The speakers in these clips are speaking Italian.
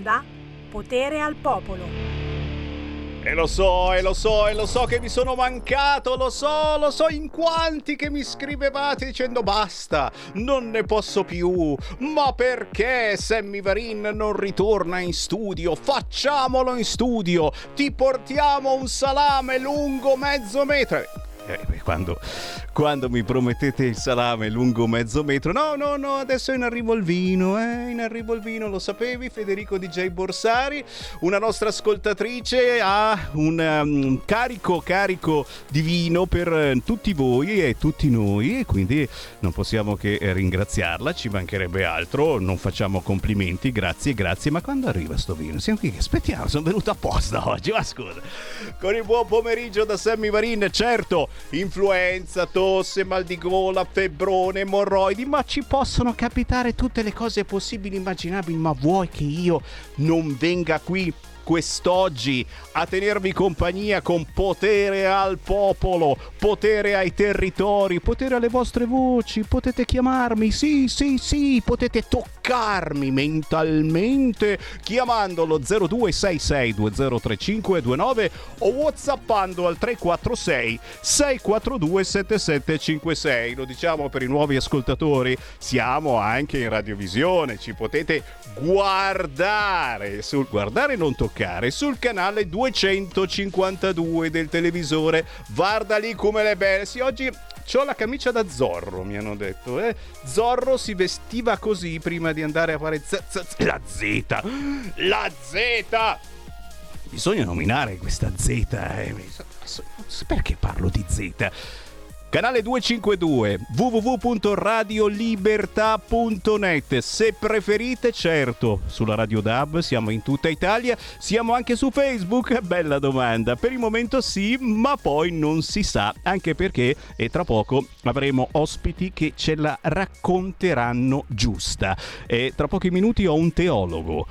onda Potere al Popolo. E lo so che mi sono mancato, lo so in quanti che mi scrivevate dicendo basta, non ne posso più, ma perché Sammy Varin non ritorna in studio? Facciamolo in studio, ti portiamo un salame lungo mezzo metro. Quando mi promettete il salame lungo mezzo metro, no, adesso è in arrivo il vino, lo sapevi? Federico DJ Borsari, una nostra ascoltatrice, ha un carico di vino per tutti voi e tutti noi, e quindi non possiamo che ringraziarla, ci mancherebbe altro, non facciamo complimenti, grazie, ma quando arriva sto vino? Siamo qui che aspettiamo, sono venuto apposta oggi, ma scusa. Con il buon pomeriggio da Sammy Varin, certo, influenza, tosse, mal di gola, febbrone, emorroidi, ma ci possono capitare tutte le cose possibili, immaginabili, ma vuoi che io non venga qui quest'oggi a tenervi compagnia con potere al popolo, potere ai territori, potere alle vostre voci, potete chiamarmi, sì, potete toccarmi mentalmente chiamandolo 0266203529 o whatsappando al 346 642 7756. Lo diciamo per i nuovi ascoltatori, siamo anche in radiovisione, ci potete guardare non toccare sul canale 252 del televisore. Guarda lì come le belle. Sì, oggi c'ho la camicia da Zorro, mi hanno detto. Zorro si vestiva così prima di andare a fare la Z. Bisogna nominare questa Z. Perché parlo di Z? Canale 252, www.radiolibertà.net. Se preferite, certo, sulla Radio DAB, siamo in tutta Italia, siamo anche su Facebook? Bella domanda. Per il momento sì, ma poi non si sa, anche perché tra poco avremo ospiti che ce la racconteranno giusta. E tra pochi minuti ho un teologo.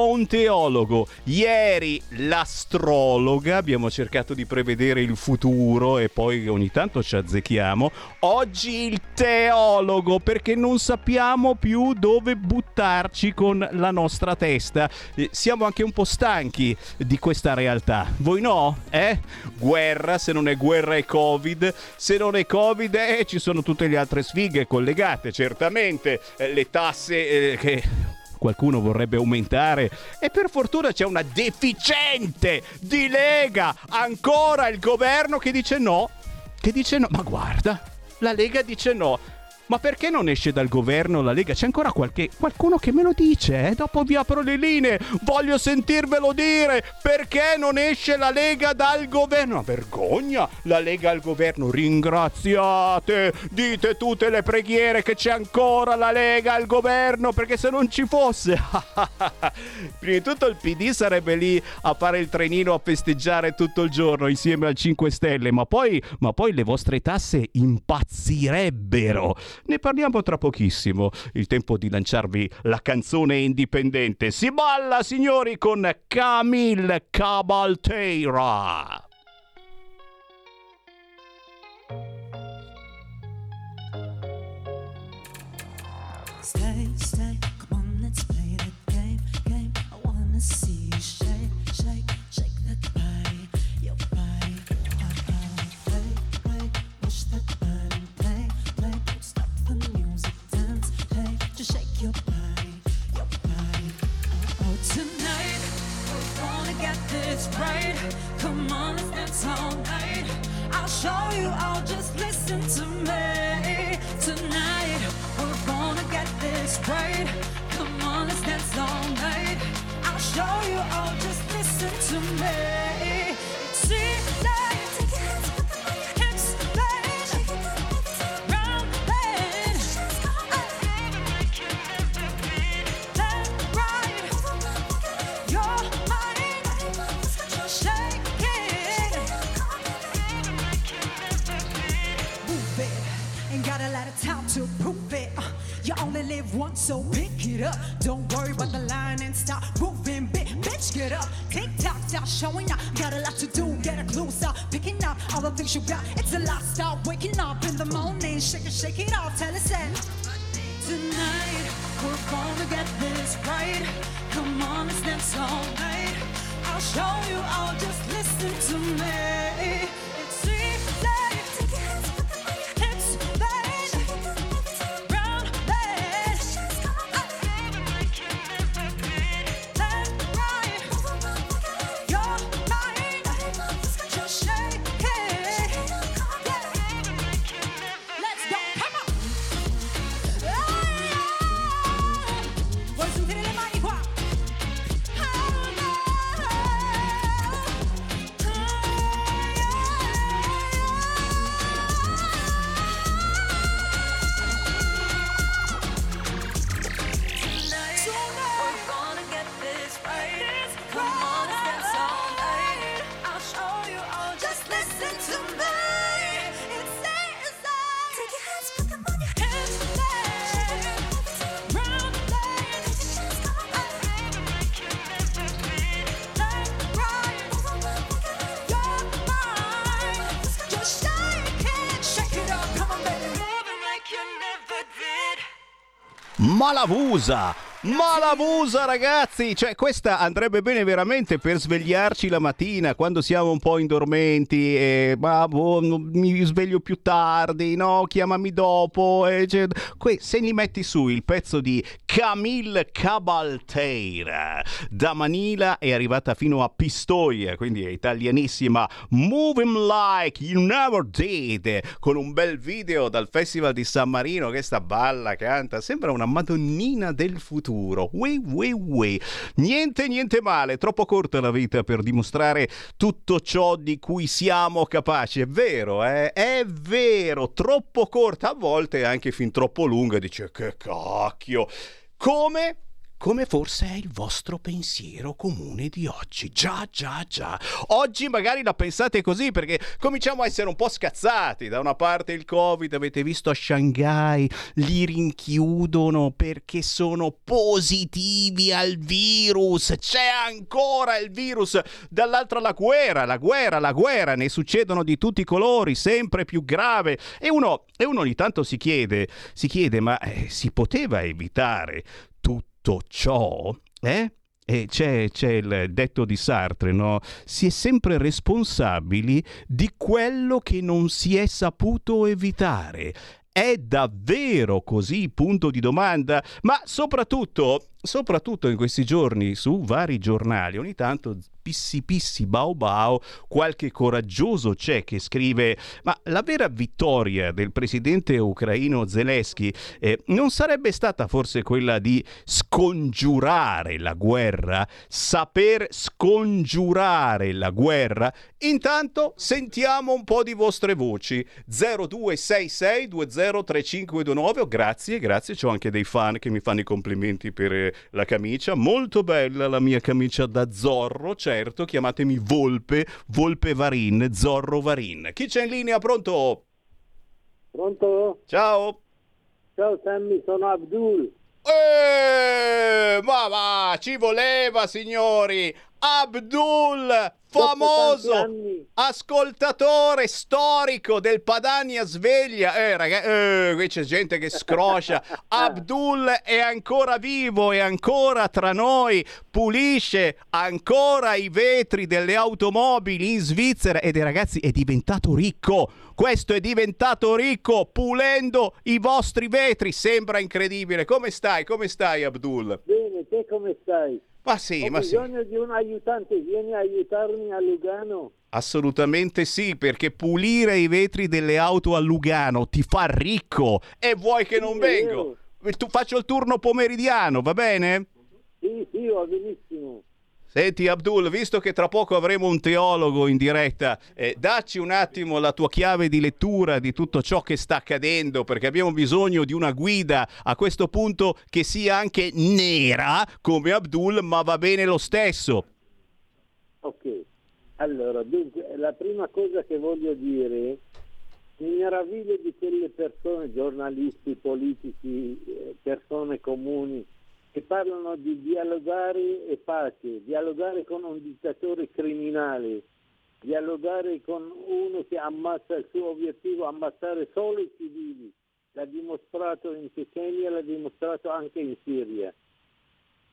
Ieri l'astrologa, abbiamo cercato di prevedere il futuro e poi ogni tanto ci azzecchiamo. Oggi il teologo, perché non sappiamo più dove buttarci con la nostra testa. Siamo anche un po' stanchi di questa realtà. Voi no? Guerra, se non è guerra è Covid, se non è Covid ci sono tutte le altre sfighe collegate, certamente le tasse che qualcuno vorrebbe aumentare, e per fortuna c'è una deficiente di Lega, ancora il governo che dice no, ma guarda, la Lega dice no. Ma perché non esce dal governo la Lega? C'è ancora qualcuno che me lo dice? Dopo vi apro le linee, voglio sentirvelo dire. Perché non esce la Lega dal governo? Una vergogna, la Lega al governo. Ringraziate, dite tutte le preghiere che c'è ancora la Lega al governo, perché se non ci fosse prima di tutto il PD sarebbe lì a fare il trenino, a festeggiare tutto il giorno insieme al 5 Stelle, ma poi le vostre tasse impazzirebbero. Ne parliamo tra pochissimo. Il tempo di lanciarvi la canzone indipendente. Si balla, signori, con Camille Cabalteira. Stay, come on, let's play the game. I wanna see you shake that body, your body. Play, push that button, play, don't stop the music, dance, play, just shake your body. Oh, tonight we're gonna get this right. Come on, let's dance all night. I'll show you, I'll just listen to me. Tonight we're gonna get this right. Come on, let's dance all night. I'll show you, I'll just listen to me. See that hips, babe, round bend, left, right, your mind, shake it, move it. Ain't got a lot of time to prove it. You only live once, so pick it up. Don't worry about the line and stop moving, bitch, get up. TikTok, start showing up. Got a lot to do, get a clue, start picking up all the things you got. It's a lot, start waking up in the morning. Shake it off, tell us that. Tonight, we're gonna get this right. Come on, let's dance show you all, just listen to me. It's easy. Take your hands, put them on your hips, babe. Round, babe. Like you never did. Left, right. You're mine. Just shake it. Yeah. Let's go, come on. Vuoi sentire le mani qua? We're gonna get this right. Come on, let's dance all night. I'll show you all, just listen to me. It's easy. Take your hands, put them on your hips, babe. Round, babe. Like you never did. Left, right. You're mine. Just shake it up, come on, baby. Moving like you never did. Malavusa ragazzi, cioè questa andrebbe bene veramente per svegliarci la mattina quando siamo un po' indormenti e mi sveglio più tardi, no, chiamami dopo, cioè, se gli metti su il pezzo di Camille Cabalteira da Manila è arrivata fino a Pistoia, quindi è italianissima, Move 'Em Like You Never Did, con un bel video dal Festival di San Marino che sta balla, canta, sembra una madonnina del futuro. Niente male, troppo corta la vita per dimostrare tutto ciò di cui siamo capaci, è vero, è vero, troppo corta, a volte anche fin troppo lunga, dice che cacchio, come forse è il vostro pensiero comune di oggi. Già. Oggi magari la pensate così perché cominciamo a essere un po' scazzati. Da una parte il Covid, avete visto a Shanghai, li rinchiudono perché sono positivi al virus. C'è ancora il virus. Dall'altra la guerra. Ne succedono di tutti i colori, sempre più grave. E uno ogni tanto si chiede, ma si poteva evitare tutto ciò? E c'è il detto di Sartre, no? Si è sempre responsabili di quello che non si è saputo evitare. È davvero così? Punto di domanda. Ma soprattutto in questi giorni su vari giornali ogni tanto pissi bau qualche coraggioso c'è che scrive: ma la vera vittoria del presidente ucraino Zelensky non sarebbe stata forse quella di scongiurare la guerra, saper scongiurare la guerra? Intanto sentiamo un po' di vostre voci. 0266203529. Grazie, c'ho anche dei fan che mi fanno i complimenti per la camicia, molto bella la mia camicia da Zorro, certo, chiamatemi Volpe Varin, Zorro Varin. Chi c'è in linea? Pronto? Ciao Sammy, sono Abdul. Ma ci voleva, signori. Abdul, famoso ascoltatore storico del Padania Sveglia. Qui c'è gente che scroscia. Abdul è ancora vivo, è ancora tra noi, pulisce ancora i vetri delle automobili in Svizzera ed ragazzi è diventato ricco. Questo è diventato ricco pulendo i vostri vetri, sembra incredibile. Come stai Abdul? Bene, te come stai? Ma sì, Ho bisogno di un aiutante, vieni a aiutarmi a Lugano. Assolutamente sì, perché pulire i vetri delle auto a Lugano ti fa ricco. E vuoi che non vengo? Tu faccio il turno pomeridiano, va bene? Sì, va benissimo. Senti Abdul, visto che tra poco avremo un teologo in diretta, dacci un attimo la tua chiave di lettura di tutto ciò che sta accadendo, perché abbiamo bisogno di una guida a questo punto che sia anche nera come Abdul, ma va bene lo stesso. Ok, allora, dunque, la prima cosa che voglio dire, mi meraviglio di quelle persone, giornalisti, politici, persone comuni, che parlano di dialogare e pace, dialogare con un dittatore criminale, dialogare con uno che ammazza, il suo obiettivo ammazzare solo i civili. L'ha dimostrato in Cecenia, l'ha dimostrato anche in Siria.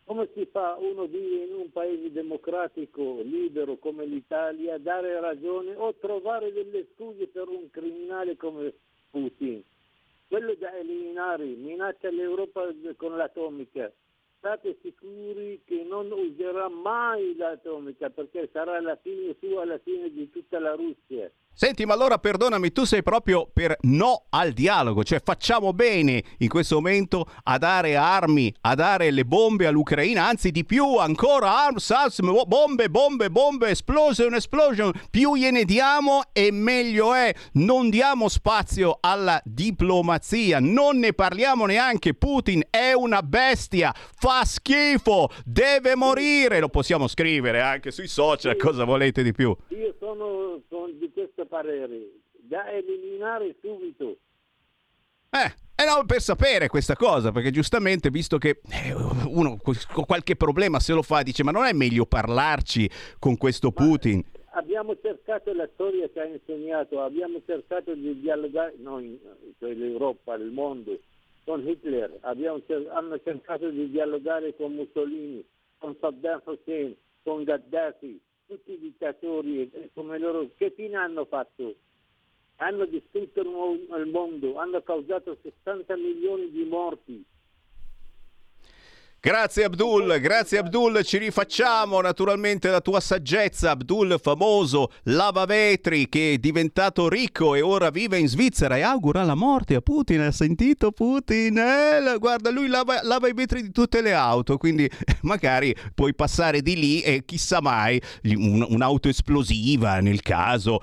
Come si fa, uno vive in un paese democratico, libero come l'Italia, a dare ragione o trovare delle scuse per un criminale come Putin? Quello da eliminare, minaccia l'Europa con l'atomica. State sicuri che non userà mai l'atomica, perché sarà la fine sua, la fine di tutta la Russia. Senti, ma allora perdonami, tu sei proprio per no al dialogo, cioè facciamo bene in questo momento a dare armi, a dare le bombe all'Ucraina, anzi di più ancora, arms, bombe, explosion, più gliene diamo e meglio è, non diamo spazio alla diplomazia, non ne parliamo neanche, Putin è una bestia, fa schifo, deve morire, lo possiamo scrivere anche sui social, cosa volete di più? Io sono di questo parere, da eliminare subito. No, per sapere questa cosa, perché giustamente, visto che uno con qualche problema se lo fa, dice, ma non è meglio parlarci con questo Putin? Abbiamo cercato, la storia ci ha insegnato, abbiamo cercato di dialogare, noi, cioè l'Europa, il mondo, con Hitler, hanno cercato di dialogare con Mussolini, con Saddam Hussein, con Gheddafi, tutti i dittatori come loro, che fine hanno fatto? Hanno distrutto il mondo, hanno causato 60 milioni di morti. Grazie Abdul, ci rifacciamo naturalmente la tua saggezza, Abdul, famoso lavavetri che è diventato ricco e ora vive in Svizzera e augura la morte a Putin. Ha sentito Putin? Guarda, lui lava i vetri di tutte le auto, quindi magari puoi passare di lì e chissà mai un'auto esplosiva nel caso.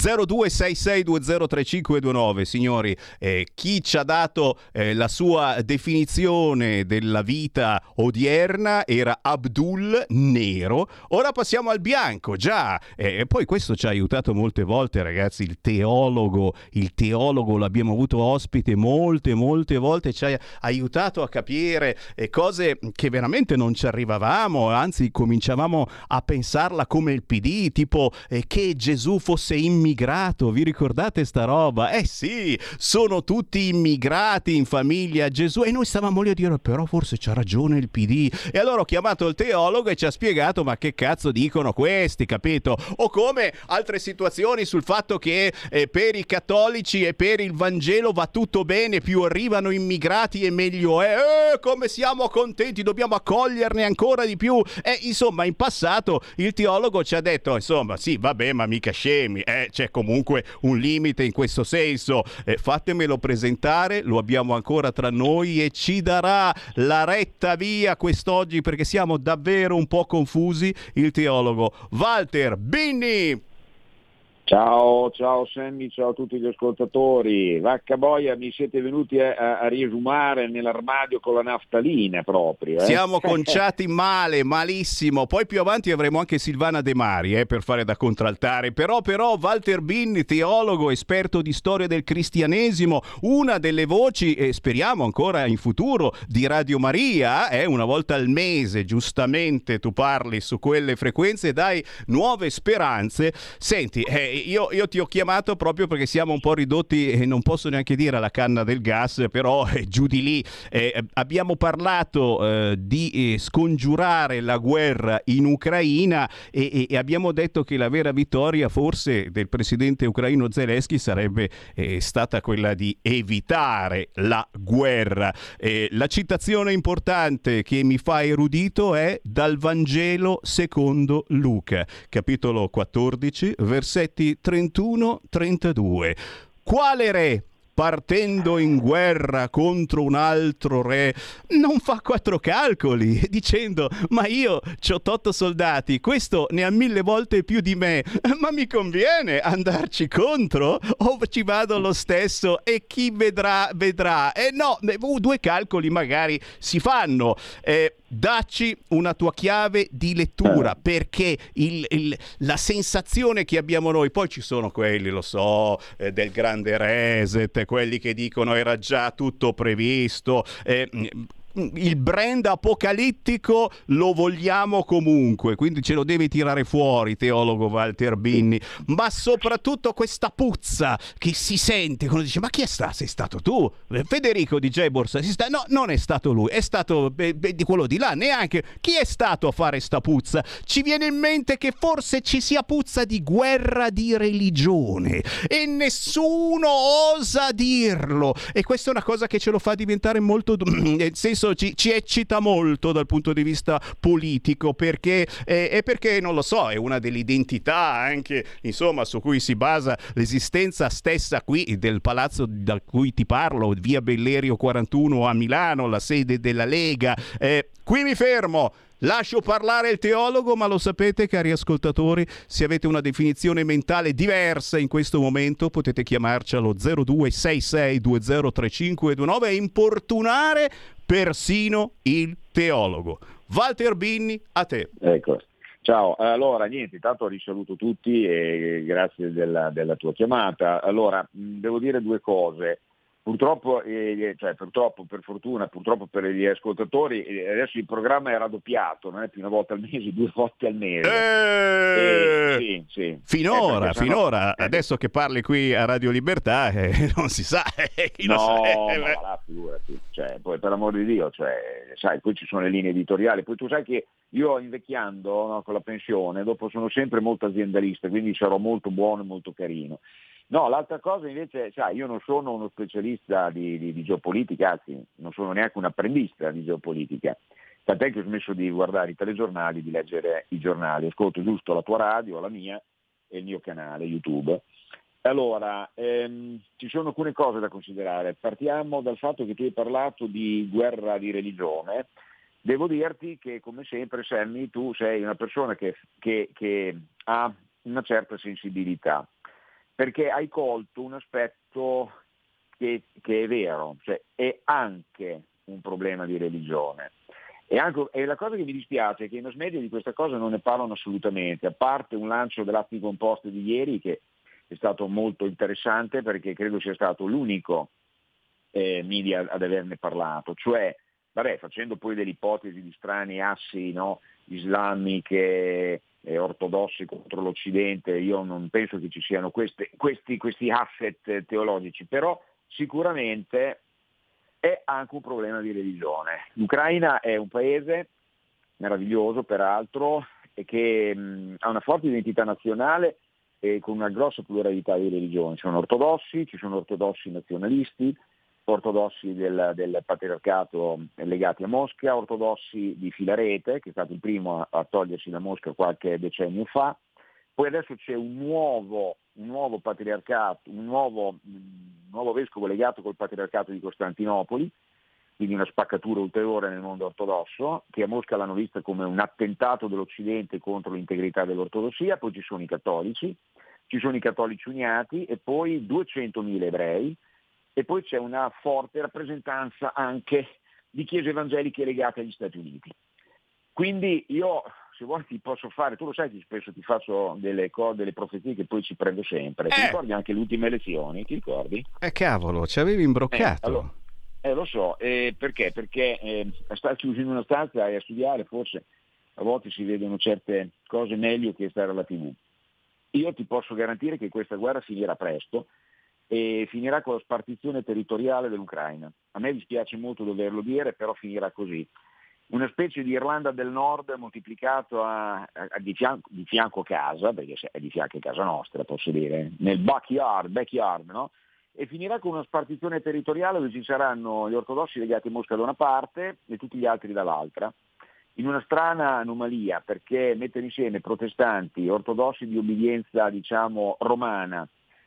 0266203529, signori, chi ci ha dato la sua definizione della vita odierna era Abdul Nero. Ora passiamo al bianco, già, e poi questo ci ha aiutato molte volte, ragazzi, il teologo l'abbiamo avuto ospite molte volte, ci ha aiutato a capire cose che veramente non ci arrivavamo, anzi cominciavamo a pensarla come il PD, tipo che Gesù fosse immigrato, vi ricordate sta roba? Sì, sono tutti immigrati in famiglia Gesù, e noi stavamo lì a dire però forse c'ha ragione il PD, e allora ho chiamato il teologo e ci ha spiegato ma che cazzo dicono questi, capito? O come altre situazioni sul fatto che per i cattolici e per il Vangelo va tutto bene, più arrivano immigrati e meglio è, come siamo contenti, dobbiamo accoglierne ancora di più, insomma in passato il teologo ci ha detto insomma sì vabbè ma mica scemi, c'è comunque un limite in questo senso, fatemelo presentare, lo abbiamo ancora tra noi e ci darà la retta via quest'oggi perché siamo davvero un po' confusi, il teologo Walter Binni. Ciao Sammy, ciao a tutti gli ascoltatori. Vacca boia, mi siete venuti a riesumare nell'armadio con la naftalina proprio. Siamo conciati malissimo. Poi più avanti avremo anche Silvana De Mari per fare da contraltare. Però Walter Binni, teologo, esperto di storia del cristianesimo, una delle voci, e speriamo ancora in futuro, di Radio Maria, una volta al mese, giustamente tu parli su quelle frequenze e dai nuove speranze. Senti, io ti ho chiamato proprio perché siamo un po' ridotti, non posso neanche dire alla canna del gas, però giù di lì abbiamo parlato di scongiurare la guerra in Ucraina e abbiamo detto che la vera vittoria forse del presidente ucraino Zelensky sarebbe stata quella di evitare la guerra. La citazione importante che mi fa erudito è dal Vangelo secondo Luca, capitolo 14, versetti 31-32. Quale re, partendo in guerra contro un altro re, non fa quattro calcoli dicendo ma io c'ho 8 soldati, questo ne ha 1000 volte più di me, ma mi conviene andarci contro o ci vado lo stesso e chi vedrà? No, 2 calcoli magari si fanno. Dacci una tua chiave di lettura, perché la sensazione che abbiamo noi, poi ci sono quelli, lo so, del grande reset, quelli che dicono era già tutto previsto, il brand apocalittico lo vogliamo comunque, quindi ce lo devi tirare fuori, teologo Walter Binni, ma soprattutto questa puzza che si sente quando dice: ma chi è stato? Sei stato tu? Federico DJ Borsa? No, non è stato lui, è stato di quello di là, neanche. Chi è stato a fare sta puzza? Ci viene in mente che forse ci sia puzza di guerra di religione e nessuno osa dirlo, e questa è una cosa che ce lo fa diventare molto, nel senso ci eccita molto dal punto di vista politico, perché perché non lo so, è una delle identità anche, insomma, su cui si basa l'esistenza stessa qui del palazzo da cui ti parlo, via Bellerio 41 a Milano, la sede della Lega. Qui mi fermo. Lascio parlare il teologo, ma lo sapete, cari ascoltatori, se avete una definizione mentale diversa in questo momento potete chiamarci allo 0266203529 e importunare persino il teologo. Walter Binni, a te. Ecco. Ciao, allora niente, intanto risaluto tutti e grazie della tua chiamata. Allora, devo dire due cose. Purtroppo, purtroppo, per fortuna, purtroppo per gli ascoltatori, adesso il programma è raddoppiato, non è più una volta al mese, 2 volte al mese. Sì. Finora, adesso che parli qui a Radio Libertà, non si sa. Chi lo sa. Ma figurati, poi per l'amor di Dio, sai, poi ci sono le linee editoriali, poi tu sai che io invecchiando, no, con la pensione, dopo sono sempre molto aziendalista, quindi sarò molto buono e molto carino. No, l'altra cosa invece, sai, io non sono uno specialista di geopolitica, anzi non sono neanche un apprendista di geopolitica, tant'è che ho smesso di guardare i telegiornali, di leggere i giornali, ascolto giusto la tua radio, la mia e il mio canale YouTube. Allora, ci sono alcune cose da considerare. Partiamo dal fatto che tu hai parlato di guerra di religione. Devo dirti che, come sempre, Sammy, tu sei una persona che ha una certa sensibilità, perché hai colto un aspetto che è vero, è anche un problema di religione. E la cosa che mi dispiace è che i mass media di questa cosa non ne parlano assolutamente, a parte un lancio dell'atti composti di ieri che è stato molto interessante, perché credo sia stato l'unico media ad averne parlato, cioè facendo poi delle ipotesi di strani assi, no, islamiche, ortodossi contro l'Occidente. Io non penso che ci siano questi asset teologici, però sicuramente è anche un problema di religione. L'Ucraina è un paese meraviglioso, peraltro, e che ha una forte identità nazionale e con una grossa pluralità di religioni. Ci sono ortodossi nazionalisti, ortodossi del patriarcato legati a Mosca, ortodossi di Filarete, che è stato il primo a togliersi da Mosca qualche decennio fa. Poi adesso c'è un nuovo patriarcato, un nuovo vescovo legato col patriarcato di Costantinopoli, quindi una spaccatura ulteriore nel mondo ortodosso, che a Mosca l'hanno vista come un attentato dell'Occidente contro l'integrità dell'ortodossia. Poi ci sono i cattolici uniati, e poi 200.000 ebrei, e poi c'è una forte rappresentanza anche di chiese evangeliche legate agli Stati Uniti. Quindi io, se vuoi, ti posso fare, tu lo sai che spesso ti faccio delle profezie che poi ci prendo sempre. Ti ricordi anche le ultime elezioni? Ti ricordi? Cavolo, ci avevi imbroccato. Allora, lo so, perché? Perché a stare chiusi in una stanza e a studiare, forse a volte si vedono certe cose meglio che stare alla TV. Io ti posso garantire che questa guerra finirà presto, e finirà con la spartizione territoriale dell'Ucraina. A me dispiace molto doverlo dire, però finirà così. Una specie di Irlanda del Nord moltiplicato di fianco a casa, perché è di fianco a casa nostra, posso dire, nel backyard, no? E finirà con una spartizione territoriale dove ci saranno gli ortodossi legati a Mosca da una parte e tutti gli altri dall'altra, in una strana anomalia, perché mettere insieme protestanti, ortodossi di obbedienza, diciamo, romana,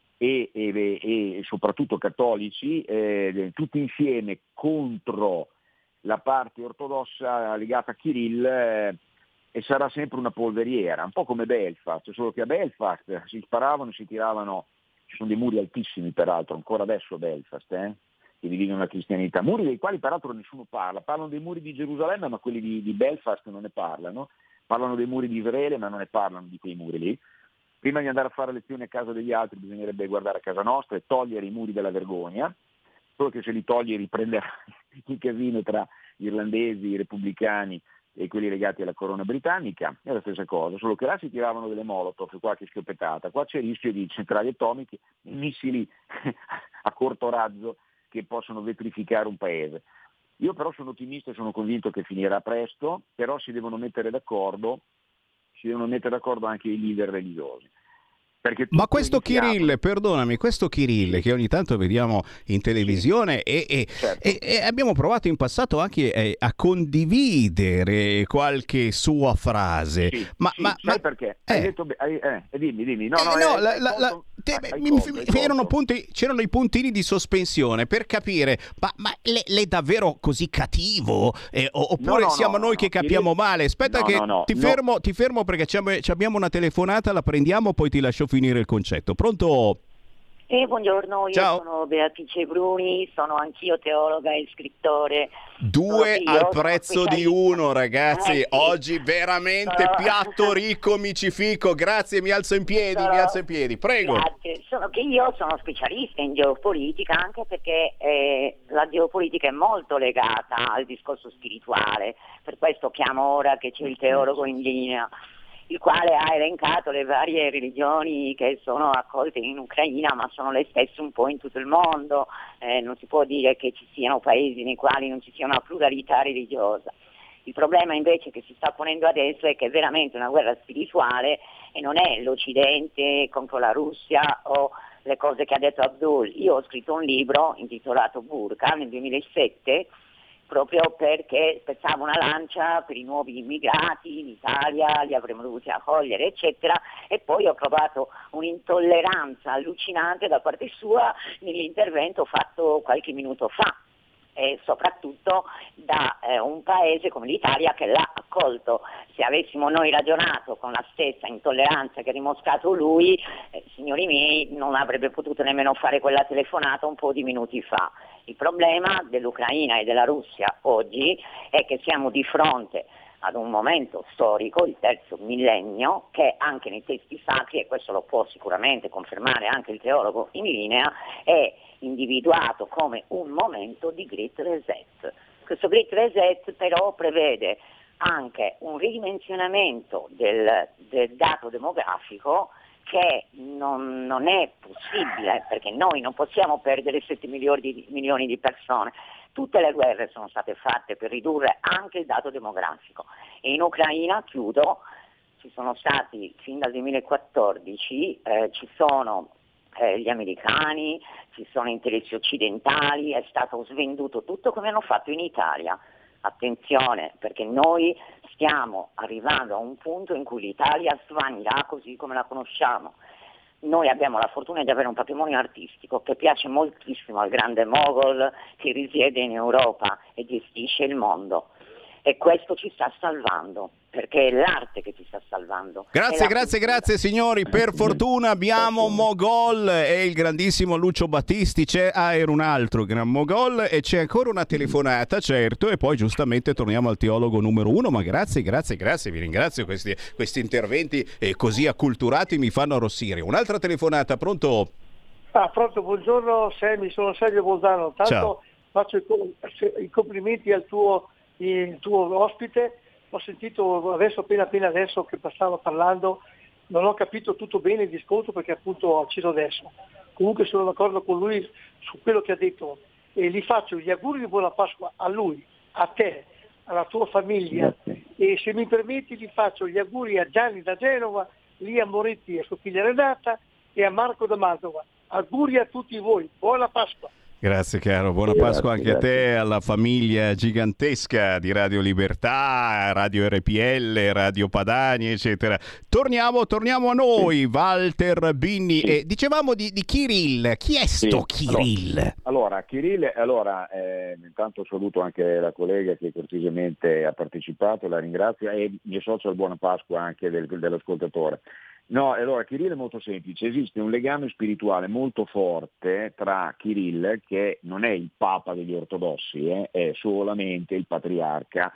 e soprattutto cattolici, tutti insieme contro la parte ortodossa legata a Kirill, e sarà sempre una polveriera, un po' come Belfast, solo che a Belfast si sparavano e si tiravano, ci sono dei muri altissimi peraltro, ancora adesso a Belfast, che dividono la cristianità, muri dei quali peraltro nessuno parlano dei muri di Gerusalemme, ma quelli di Belfast non ne parlano dei muri di Israele, ma non ne parlano di quei muri lì. Prima di andare a fare lezioni a casa degli altri bisognerebbe guardare a casa nostra e togliere i muri della vergogna, solo che se li togli riprenderà il casino tra irlandesi, i repubblicani e quelli legati alla corona britannica, è la stessa cosa, solo che là si tiravano delle molotov, qualche schioppettata, qua c'è il rischio di centrali atomiche, missili a corto razzo che possono vetrificare un paese. Io però sono ottimista e sono convinto che finirà presto, però si devono mettere d'accordo anche i leader religiosi. Ma questo Kirill, perdonami, questo Kirill che ogni tanto vediamo in televisione certo. e abbiamo provato in passato anche a condividere qualche sua frase. Sai perché? Hai detto, dimmi. C'erano i puntini di sospensione per capire, ma l'è davvero così cattivo? Oppure siamo noi che capiamo male? Aspetta ti fermo perché abbiamo una telefonata, la prendiamo, poi ti lascio finire il concetto. Pronto? Buongiorno, io sono Beatrice Bruni, sono anch'io teologa e scrittore. Due al prezzo di uno, ragazzi. Sì. Oggi veramente piatto ricco, micifico. Grazie, mi alzo in piedi, prego. Grazie. Io sono specialista in geopolitica, anche perché la geopolitica è molto legata al discorso spirituale. Per questo chiamo ora che c'è il teologo in linea, il quale ha elencato le varie religioni che sono accolte in Ucraina, ma sono le stesse un po' in tutto il mondo. Non si può dire che ci siano paesi nei quali non ci sia una pluralità religiosa. Il problema invece che si sta ponendo adesso è che è veramente una guerra spirituale e non è l'Occidente contro la Russia o le cose che ha detto Abdul. Io ho scritto un libro intitolato Burqa nel 2007, proprio perché spezzavo una lancia per i nuovi immigrati in Italia, li avremmo dovuti accogliere, eccetera, e poi ho trovato un'intolleranza allucinante da parte sua nell'intervento fatto qualche minuto fa, e soprattutto da un paese come l'Italia che l'ha accolto. Se avessimo noi ragionato con la stessa intolleranza che ha dimostrato lui, signori miei, non avrebbe potuto nemmeno fare quella telefonata un po' di minuti fa. Il problema dell'Ucraina e della Russia oggi è che siamo di fronte ad un momento storico, il terzo millennio, che anche nei testi sacri, e questo lo può sicuramente confermare anche il teologo in linea, è individuato come un momento di Great Reset. Questo Great Reset però prevede anche un ridimensionamento del dato demografico che non è possibile, perché noi non possiamo perdere 7 milioni di persone. Tutte le guerre sono state fatte per ridurre anche il dato demografico, e in Ucraina, chiudo, ci sono stati fin dal 2014, ci sono gli americani, ci sono interessi occidentali, è stato svenduto tutto come hanno fatto in Italia. Attenzione, perché noi stiamo arrivando a un punto in cui l'Italia svanirà così come la conosciamo. Noi abbiamo la fortuna di avere un patrimonio artistico che piace moltissimo al grande Mogol che risiede in Europa e gestisce il mondo. E questo ci sta salvando, perché è l'arte che ci sta salvando. Grazie signori, per fortuna abbiamo Mogol e il grandissimo Lucio Battisti, era un altro gran Mogol e c'è ancora una telefonata, certo, e poi giustamente torniamo al teologo numero uno, ma grazie, vi ringrazio, questi interventi così acculturati mi fanno arrossire. Un'altra telefonata, pronto? Pronto, buongiorno Sammy, sono Sergio Bolzano. Tanto faccio i complimenti al tuo ospite. Ho sentito appena adesso che stava parlando, non ho capito tutto bene il discorso perché appunto ho acceso adesso. Comunque sono d'accordo con lui su quello che ha detto e gli faccio gli auguri di buona Pasqua a lui, a te, alla tua famiglia. Grazie. E se mi permetti gli faccio gli auguri a Gianni da Genova, Lia Moretti e sua figlia Renata e a Marco da Mantova. Auguri a tutti voi, buona Pasqua. Grazie caro, buona Pasqua anche a te, alla famiglia gigantesca di Radio Libertà, Radio RPL, Radio Padani, eccetera. Torniamo a noi, Walter Binni. Dicevamo di Kirill. Chi è sto Kirill? Allora, Kirill, intanto saluto anche la collega che cortesemente ha partecipato, la ringrazio e mi associo al buona Pasqua anche dell'ascoltatore. No, allora Kirill è molto semplice, esiste un legame spirituale molto forte tra Kirill, che non è il papa degli ortodossi, è solamente il patriarca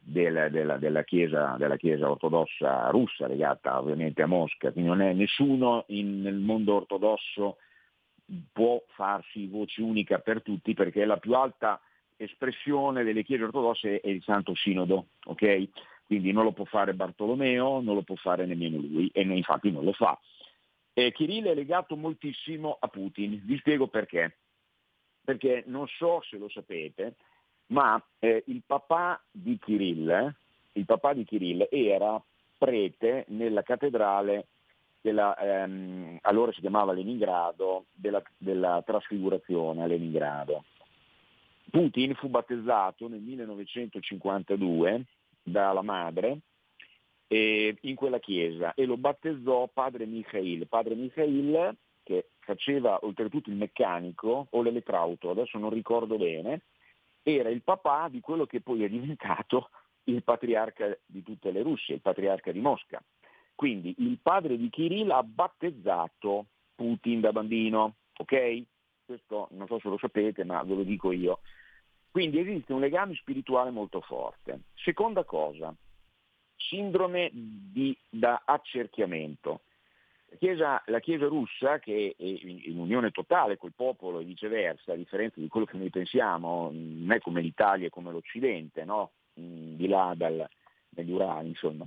della chiesa ortodossa russa, legata ovviamente a Mosca, quindi non è nessuno nel mondo ortodosso può farsi voce unica per tutti, perché è la più alta espressione delle chiese ortodosse è il Santo Sinodo, ok? Quindi non lo può fare Bartolomeo, non lo può fare nemmeno lui, e infatti non lo fa. Kirill è legato moltissimo a Putin, vi spiego perché. Perché non so se lo sapete, ma il papà di Kirill era prete nella cattedrale allora si chiamava Leningrado, della Trasfigurazione a Leningrado. Putin fu battezzato nel 1952 dalla madre in quella chiesa e lo battezzò padre Mikhail, che faceva oltretutto il meccanico o l'elettrauto, adesso non ricordo bene, era il papà di quello che poi è diventato il patriarca di tutte le Russie, il patriarca di Mosca. Quindi il padre di Kirill ha battezzato Putin da bambino, ok? Questo non so se lo sapete, ma ve lo dico io. Quindi esiste un legame spirituale molto forte. Seconda cosa, sindrome da accerchiamento. La Chiesa russa, che è in unione totale col popolo e viceversa, a differenza di quello che noi pensiamo, non è come l'Italia e come l'Occidente, no? Di là dagli Urali, insomma,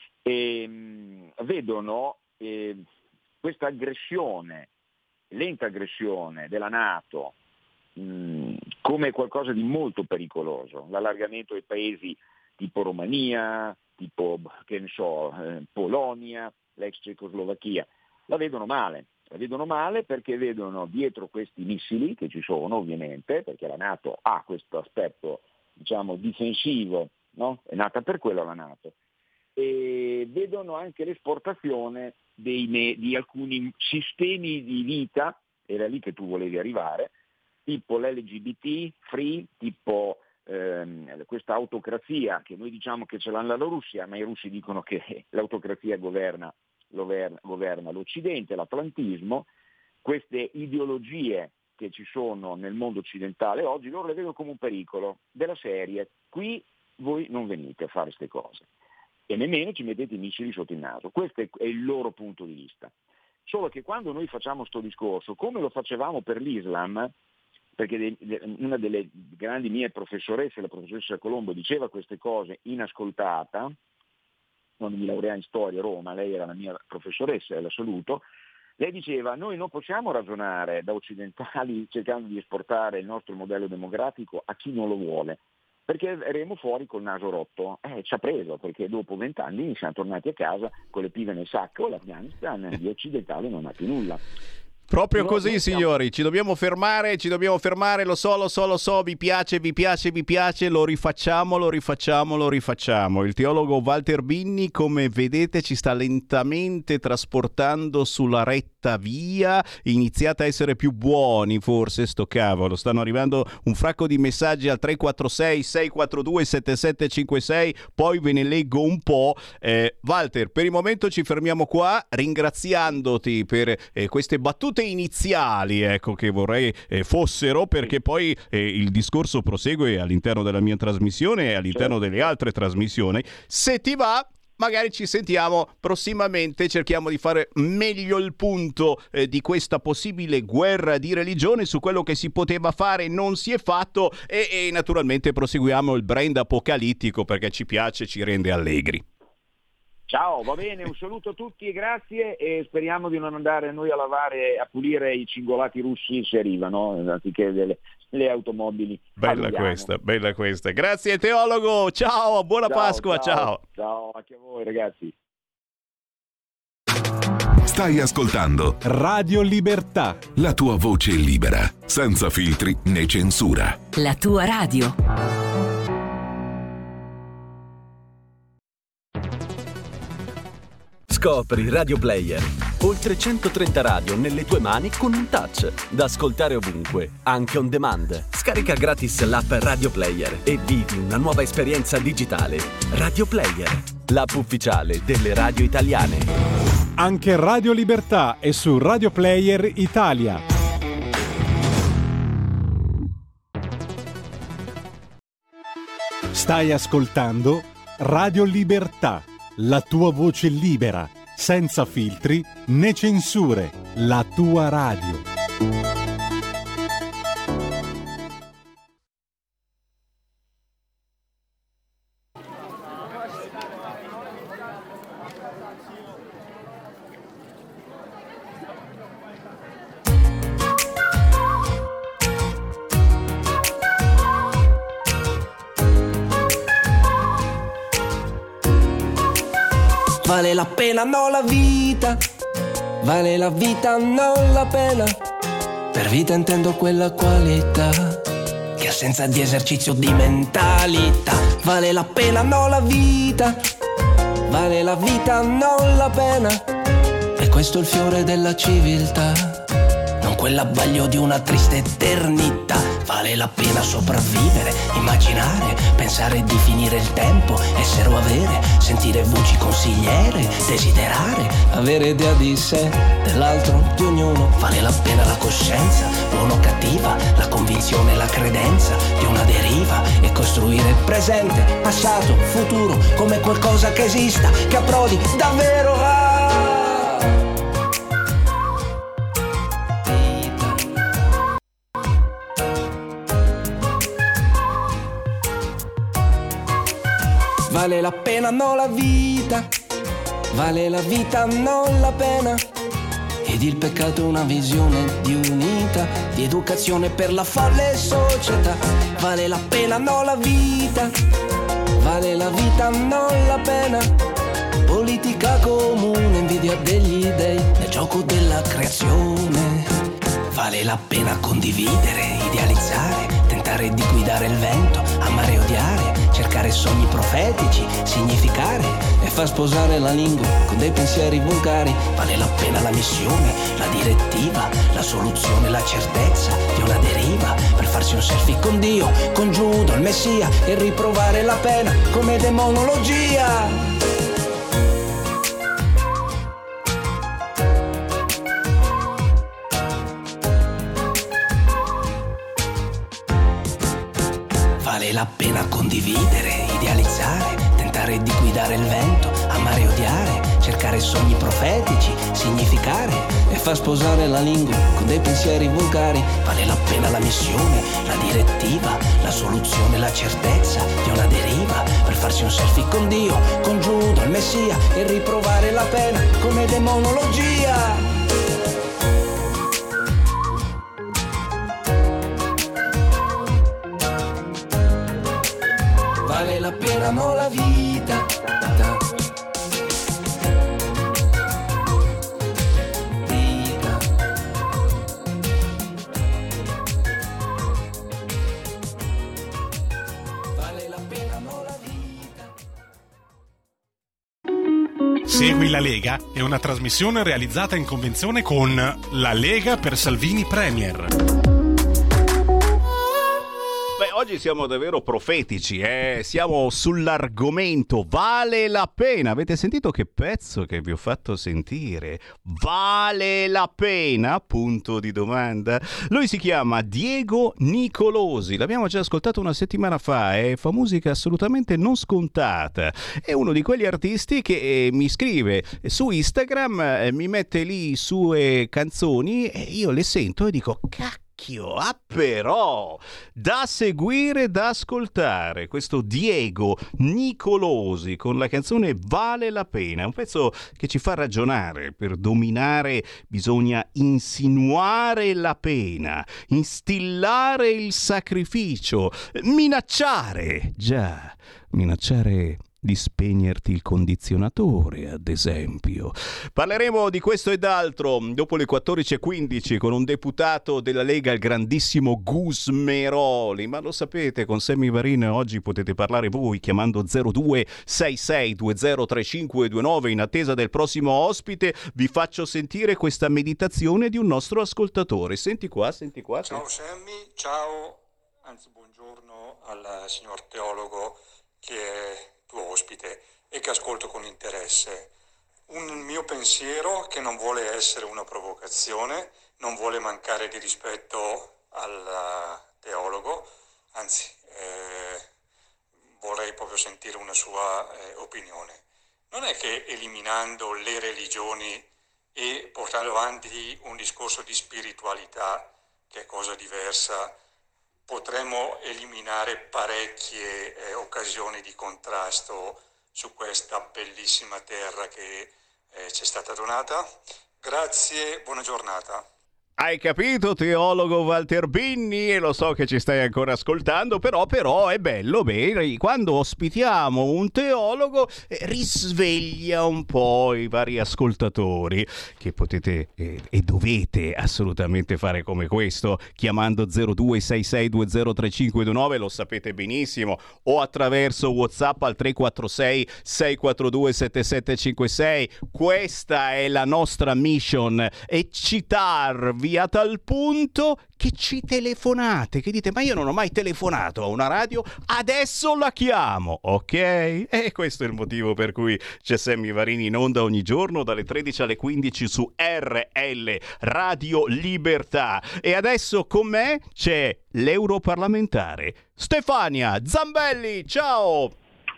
vedono questa aggressione, lenta aggressione della NATO come qualcosa di molto pericoloso, l'allargamento ai paesi tipo Romania, tipo che ne so, Polonia, l'ex Cecoslovacchia, la vedono male perché vedono dietro questi missili che ci sono ovviamente, perché la NATO ha questo aspetto diciamo difensivo, no? È nata per quello la NATO, e vedono anche l'esportazione di alcuni sistemi di vita, era lì che tu volevi arrivare, tipo l'LGBT free, tipo questa autocrazia che noi diciamo che ce l'ha la Russia, ma i russi dicono che l'autocrazia governa l'Occidente, l'atlantismo, queste ideologie che ci sono nel mondo occidentale oggi, loro le vedono come un pericolo della serie, qui voi non venite a fare queste cose e nemmeno ci mettete i missili sotto il naso, questo è il loro punto di vista. Solo che quando noi facciamo sto discorso, come lo facevamo per l'Islam, perché una delle grandi mie professoresse, la professoressa Colombo, diceva queste cose inascoltata, quando mi laureai in storia a Roma, lei era la mia professoressa e la saluto, lei diceva noi non possiamo ragionare da occidentali cercando di esportare il nostro modello demografico a chi non lo vuole, perché verremo fuori col naso rotto. Ci ha preso, perché dopo 20 anni siamo tornati a casa con le pive nel sacco, l'Afghanistan di occidentale non ha più nulla. Proprio così, signori, ci dobbiamo fermare, lo so, vi piace, lo rifacciamo. Il teologo Walter Binni, come vedete, ci sta lentamente trasportando sulla retta via, iniziate a essere più buoni, forse, sto cavolo, stanno arrivando un fracco di messaggi al 346-642-7756, poi ve ne leggo un po'. Walter, per il momento ci fermiamo qua, ringraziandoti per queste battute iniziali, ecco, che vorrei fossero, perché poi il discorso prosegue all'interno della mia trasmissione e all'interno delle altre trasmissioni. Se ti va, magari ci sentiamo prossimamente, cerchiamo di fare meglio il punto di questa possibile guerra di religione, su quello che si poteva fare non si è fatto e naturalmente proseguiamo il brand apocalittico perché ci piace, ci rende allegri. Ciao, va bene, un saluto a tutti e grazie, e speriamo di non andare noi a lavare, a pulire i cingolati russi se arrivano, anziché le automobili. Bella questa. Grazie teologo, ciao, buona Pasqua, ciao. Ciao, anche a voi ragazzi. Stai ascoltando Radio Libertà, la tua voce libera, senza filtri né censura. La tua radio. Scopri Radio Player. Oltre 130 radio nelle tue mani con un touch. Da ascoltare ovunque, anche on demand. Scarica gratis l'app Radio Player e vivi una nuova esperienza digitale. Radio Player, l'app ufficiale delle radio italiane. Anche Radio Libertà è su Radio Player Italia. Stai ascoltando Radio Libertà. La tua voce libera, senza filtri né censure, la tua radio. Vale la pena, no la vita. Vale la vita, non la pena. Per vita intendo quella qualità che assenza di esercizio di mentalità. Vale la pena, no la vita. Vale la vita, non la pena. E questo è il fiore della civiltà, non quell'abbaglio di una triste eternità. Vale la pena sopravvivere, immaginare, pensare di finire il tempo, essere o avere, sentire voci consigliere, desiderare, avere idea di sé, dell'altro, di ognuno. Vale la pena la coscienza, buona o cattiva, la convinzione, la credenza di una deriva e costruire presente, passato, futuro come qualcosa che esista, che approdi davvero a... Vale la pena, non la vita. Vale la vita, non la pena. Ed il peccato è una visione di unità, di educazione per la folle società. Vale la pena, non la vita. Vale la vita, non la pena. Politica comune, invidia degli dei, nel gioco della creazione. Vale la pena condividere, idealizzare, tentare di guidare il vento, amare e odiare, cercare sogni profetici, significare e far sposare la lingua con dei pensieri volgari. Vale la pena la missione, la direttiva, la soluzione, la certezza di una deriva per farsi un selfie con Dio, con Giuda, il Messia e riprovare la pena come demonologia. Vale la pena condividere, idealizzare, tentare di guidare il vento, amare e odiare, cercare sogni profetici, significare e far sposare la lingua con dei pensieri volgari. Vale la pena la missione, la direttiva, la soluzione, la certezza di una deriva per farsi un selfie con Dio, con Giuda, il Messia e riprovare la pena come demonologia. Vale la pena, non la vita. Vita. Vale la pena, non la vita. Segui la Lega è una trasmissione realizzata in convenzione con La Lega per Salvini Premier. Oggi siamo davvero profetici, siamo sull'argomento, vale la pena. Avete sentito che pezzo che vi ho fatto sentire? Vale la pena? Punto di domanda. Lui si chiama Diego Nicolosi, l'abbiamo già ascoltato una settimana fa, fa musica assolutamente non scontata. È uno di quegli artisti che mi scrive su Instagram, mi mette lì sue canzoni e io le sento e dico cacchio. Però da seguire, da ascoltare questo Diego Nicolosi con la canzone Vale la pena, un pezzo che ci fa ragionare. Per dominare bisogna insinuare la pena, instillare il sacrificio, minacciare di spegnerti il condizionatore, ad esempio. Parleremo di questo ed altro dopo le 14.15 con un deputato della Lega, il grandissimo Gusmeroli. Ma lo sapete, con Sammy Varin oggi potete parlare voi chiamando 0266203529. In attesa del prossimo ospite vi faccio sentire questa meditazione di un nostro ascoltatore. Senti qua. Ciao Sammy, ciao, anzi buongiorno al signor teologo che è tuo ospite e che ascolto con interesse. Un mio pensiero che non vuole essere una provocazione, non vuole mancare di rispetto al teologo, anzi vorrei proprio sentire una sua opinione. Non è che eliminando le religioni e portando avanti un discorso di spiritualità, che è cosa diversa, potremmo eliminare parecchie occasioni di contrasto su questa bellissima terra che ci è stata donata. Grazie, buona giornata. Hai capito, teologo Walter Binni? E lo so che ci stai ancora ascoltando, però è bello, bene, quando ospitiamo un teologo risveglia un po' i vari ascoltatori, che potete e dovete assolutamente fare come questo, chiamando 0266203529, lo sapete benissimo, o attraverso WhatsApp al 346 642 7756. Questa è la nostra mission, eccitarvi a tal punto che ci telefonate, che dite: ma io non ho mai telefonato a una radio, adesso la chiamo, ok? E questo è il motivo per cui c'è Sammy Varini in onda ogni giorno dalle 13 alle 15 su RL Radio Libertà. E adesso con me c'è l'europarlamentare Stefania Zambelli. Ciao!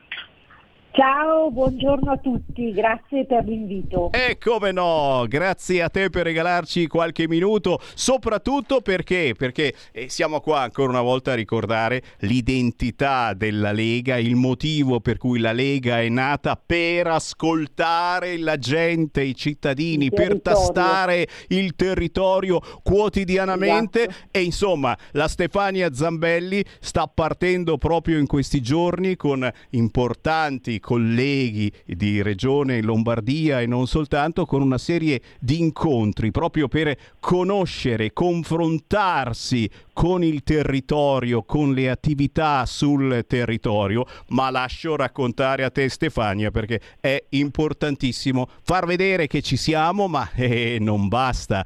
Ciao, buongiorno a tutti, grazie per l'invito. E come no, grazie a te per regalarci qualche minuto, soprattutto perché siamo qua ancora una volta a ricordare l'identità della Lega, il motivo per cui la Lega è nata: per ascoltare la gente, i cittadini, per tastare il territorio quotidianamente. Esatto. E insomma, la Stefania Zambelli sta partendo proprio in questi giorni con importanti colleghi di Regione Lombardia e non soltanto, con una serie di incontri proprio per conoscere, confrontarsi con il territorio, con le attività sul territorio. Ma lascio raccontare a te, Stefania, perché è importantissimo far vedere che ci siamo, ma non basta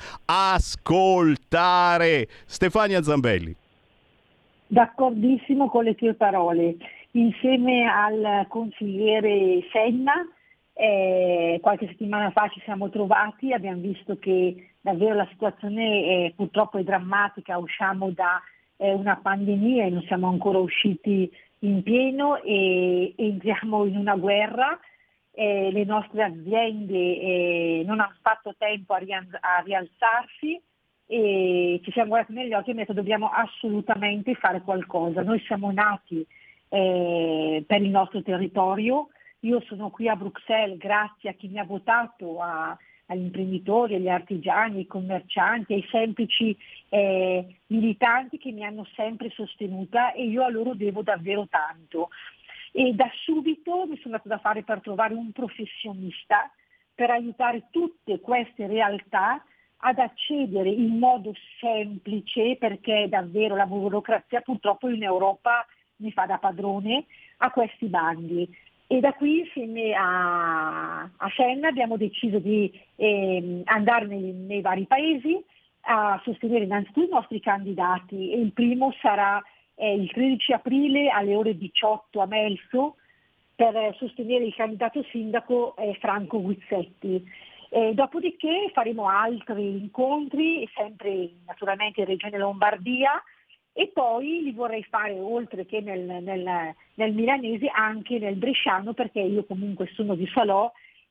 ascoltare. Stefania Zambelli. D'accordissimo con le tue parole. Insieme al consigliere Senna, qualche settimana fa ci siamo trovati, abbiamo visto che davvero la situazione purtroppo è drammatica, usciamo da una pandemia e non siamo ancora usciti in pieno e entriamo in una guerra. Le nostre aziende non hanno fatto tempo a rialzarsi e ci siamo guardati negli occhi e abbiamo detto: dobbiamo assolutamente fare qualcosa. Noi siamo nati per il nostro territorio. Io sono qui a Bruxelles grazie a chi mi ha votato, agli imprenditori, agli artigiani, ai commercianti, ai semplici militanti che mi hanno sempre sostenuta, e io a loro devo davvero tanto. E da subito mi sono dato da fare per trovare un professionista per aiutare tutte queste realtà ad accedere in modo semplice, perché davvero la burocrazia purtroppo in Europa mi fa da padrone, a questi bandi. E da qui, insieme a Senna, abbiamo deciso di andare nei vari paesi a sostenere innanzitutto i nostri candidati, e il primo sarà il 13 aprile alle ore 18 a Melzo per sostenere il candidato sindaco Franco Guizzetti. Dopodiché faremo altri incontri, sempre naturalmente in Regione Lombardia, e poi li vorrei fare, oltre che nel milanese, anche nel bresciano, perché io comunque sono di Salò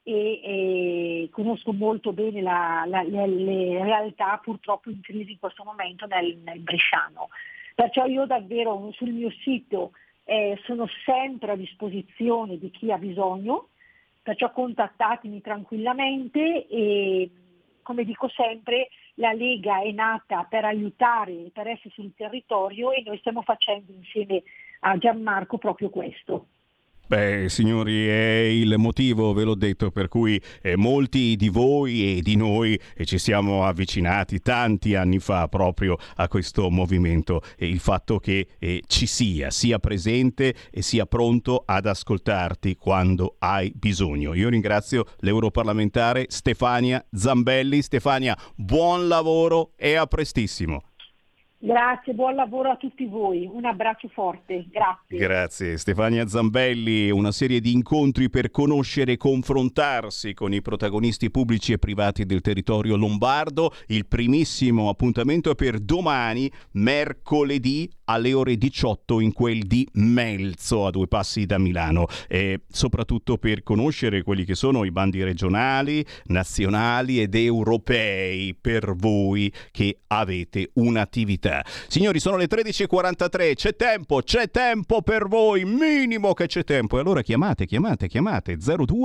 e conosco molto bene le realtà purtroppo in crisi in questo momento nel bresciano. Perciò io davvero sul mio sito sono sempre a disposizione di chi ha bisogno, perciò contattatemi tranquillamente. E come dico sempre, la Lega è nata per aiutare, per essere sul territorio, e noi stiamo facendo insieme a Gianmarco proprio questo. Beh, signori, è il motivo, ve l'ho detto, per cui molti di voi e di noi ci siamo avvicinati tanti anni fa proprio a questo movimento, e il fatto che ci sia presente e sia pronto ad ascoltarti quando hai bisogno. Io ringrazio l'europarlamentare Stefania Zambelli. Stefania, buon lavoro e a prestissimo. Grazie, buon lavoro a tutti voi, un abbraccio forte, grazie. Grazie. Stefania Zambelli, una serie di incontri per conoscere e confrontarsi con i protagonisti pubblici e privati del territorio lombardo. Il primissimo appuntamento è per domani, mercoledì, alle ore 18 in quel di Melzo, a 2 passi da Milano, e soprattutto per conoscere quelli che sono i bandi regionali, nazionali ed europei per voi che avete un'attività. Signori, sono le 13.43, c'è tempo per voi, minimo che c'è tempo, e allora chiamate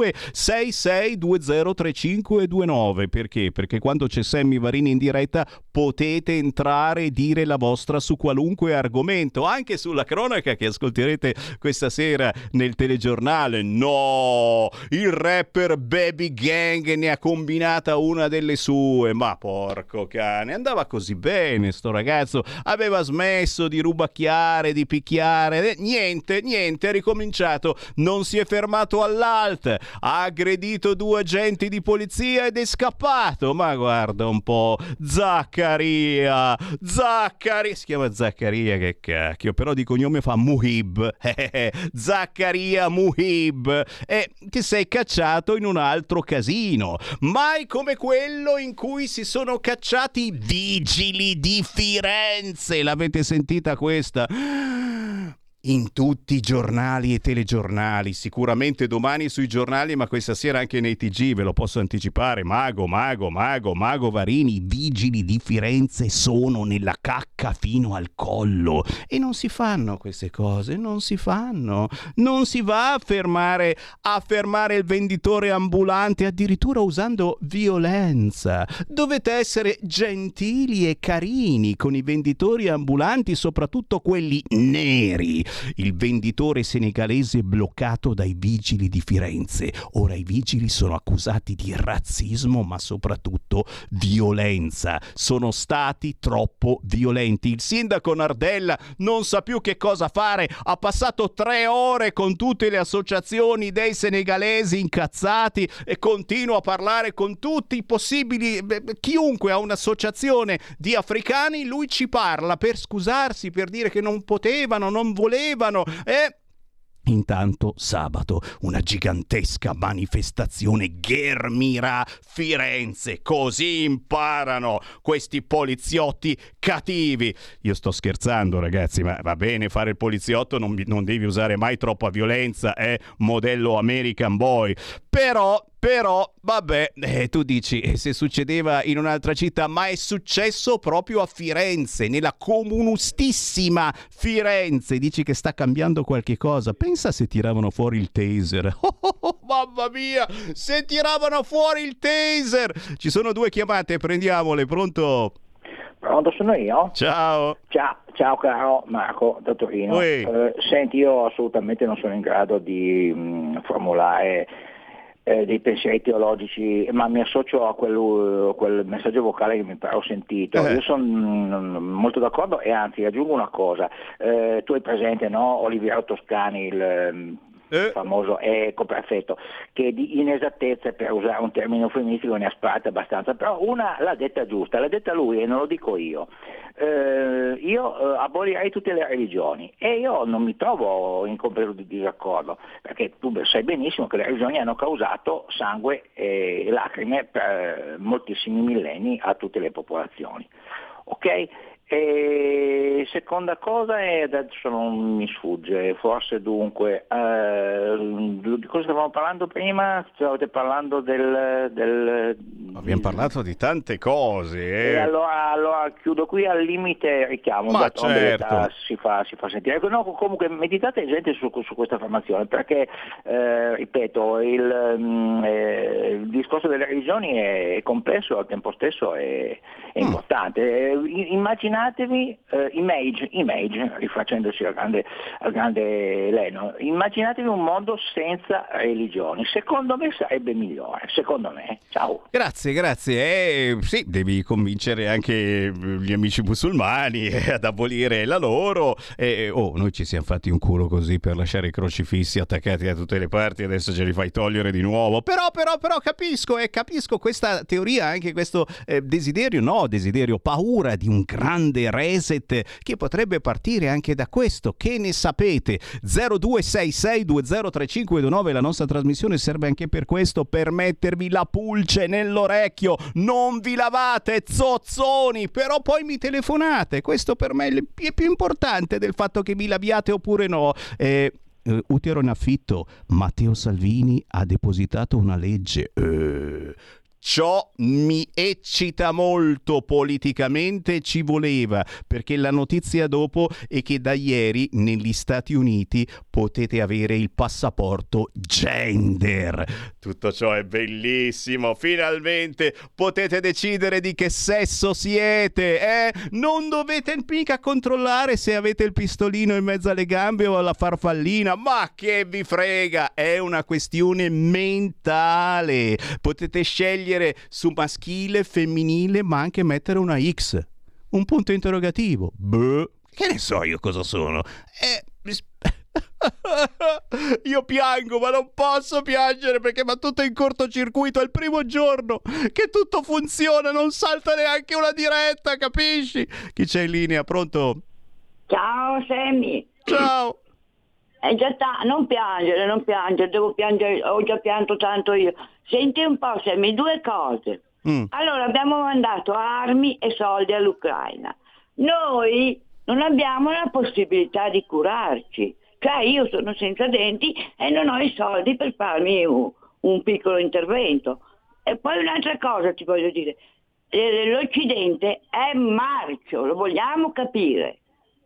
0266203529. Perché? Perché quando c'è Sammy Varini in diretta potete entrare e dire la vostra su qualunque argomento, anche sulla cronaca che ascolterete questa sera nel telegiornale. No, il rapper Baby Gang ne ha combinata una delle sue, ma porco cane, andava così bene sto ragazzo, aveva smesso di rubacchiare, di picchiare, niente, ha ricominciato, non si è fermato all'alt, ha aggredito 2 agenti di polizia ed è scappato. Ma guarda un po', Zaccaria, si chiama Zaccaria, che cacchio, però di cognome fa Muhib, Zaccaria Muhib, e ti sei cacciato in un altro casino, mai come quello in cui si sono cacciati i vigili di Firenze. L'avete sentita questa? In tutti i giornali e telegiornali, sicuramente domani sui giornali, ma questa sera anche nei TG, ve lo posso anticipare. Mago Varini, i vigili di Firenze sono nella cacca fino al collo. E non si fanno queste cose, non si fanno. Non si va a fermare il venditore ambulante, addirittura usando violenza. Dovete essere gentili e carini con i venditori ambulanti, soprattutto quelli neri. Il venditore senegalese bloccato dai vigili di Firenze. Ora i vigili sono accusati di razzismo, ma soprattutto violenza. Sono stati troppo violenti. Il sindaco Nardella non sa più che cosa fare. Ha passato 3 ore con tutte le associazioni dei senegalesi incazzati e continua a parlare con tutti i possibili. Chiunque ha un'associazione di africani, lui ci parla per scusarsi, per dire che non potevano, non volevano. Intanto sabato una gigantesca manifestazione ghermirà Firenze, così imparano questi poliziotti cattivi. Io sto scherzando ragazzi, ma va bene fare il poliziotto, non devi usare mai troppa violenza, modello American Boy, però vabbè, tu dici se succedeva in un'altra città, ma è successo proprio a Firenze, nella comunustissima Firenze. Dici che sta cambiando qualche cosa? Pensa se tiravano fuori il taser. Mamma mia, se tiravano fuori il taser. Ci sono 2 chiamate, prendiamole. Pronto? Pronto, sono io? Ciao caro Marco da Torino. Senti, io assolutamente non sono in grado di formulare dei pensieri teologici, ma mi associo a quel messaggio vocale che mi pare ho sentito. Io sono molto d'accordo e anzi aggiungo una cosa. Tu hai presente, no? Oliviero Toscani, il famoso ecco perfetto, che di inesattezze, per usare un termine eufemistico, ne ha sparate abbastanza, però una l'ha detta giusta, l'ha detta lui e non lo dico io. Io abolirei tutte le religioni e io non mi trovo in completo disaccordo, perché tu sai benissimo che le religioni hanno causato sangue e lacrime per moltissimi millenni a tutte le popolazioni, ok? E seconda cosa, e adesso non mi sfugge, forse dunque, di cosa stavamo parlando prima? Stavate parlando abbiamo parlato di tante cose. E allora chiudo qui, al limite richiamo, ma certo. Si fa sentire. No, comunque meditate gente su questa affermazione, perché ripeto, il discorso delle religioni è complesso, al tempo stesso è importante. Immaginatevi Image, rifacendosi al grande Leno, immaginatevi un mondo senza religioni. Secondo me sarebbe migliore, secondo me. Ciao. Grazie. Sì, devi convincere anche gli amici musulmani ad abolire la loro. Noi ci siamo fatti un culo così per lasciare i crocifissi attaccati da tutte le parti, adesso ce li fai togliere di nuovo. Però capisco questa teoria, anche questo desiderio, paura di un grande reset che potrebbe partire anche da questo. Che ne sapete? 0266203529, la nostra trasmissione serve anche per questo, per mettervi la pulce nell'orecchio. Non vi lavate, zozzoni, però poi mi telefonate. Questo per me è più importante del fatto che vi laviate oppure no. Utero in affitto, Matteo Salvini ha depositato una legge. ciò mi eccita molto politicamente, ci voleva, perché la notizia dopo è che da ieri negli Stati Uniti potete avere il passaporto gender. Tutto ciò è bellissimo, finalmente potete decidere di che sesso siete, non dovete mica controllare se avete il pistolino in mezzo alle gambe o la farfallina, ma che vi frega, è una questione mentale. Potete scegliere su maschile, femminile, ma anche mettere una X, un punto interrogativo. Che ne so io cosa sono? Io piango, ma non posso piangere perché va tutto in cortocircuito. È il primo giorno che tutto funziona, non salta neanche una diretta, capisci? Chi c'è in linea? Pronto? Ciao Sammy. Ciao. Non piangere, devo piangere, ho già pianto tanto io. Senti un po' Sammy, due cose. Allora, abbiamo mandato armi e soldi all'Ucraina. Noi non abbiamo la possibilità di curarci. Cioè io sono senza denti e non ho i soldi per farmi un piccolo intervento. E poi un'altra cosa ti voglio dire, l'Occidente è marcio, lo vogliamo capire.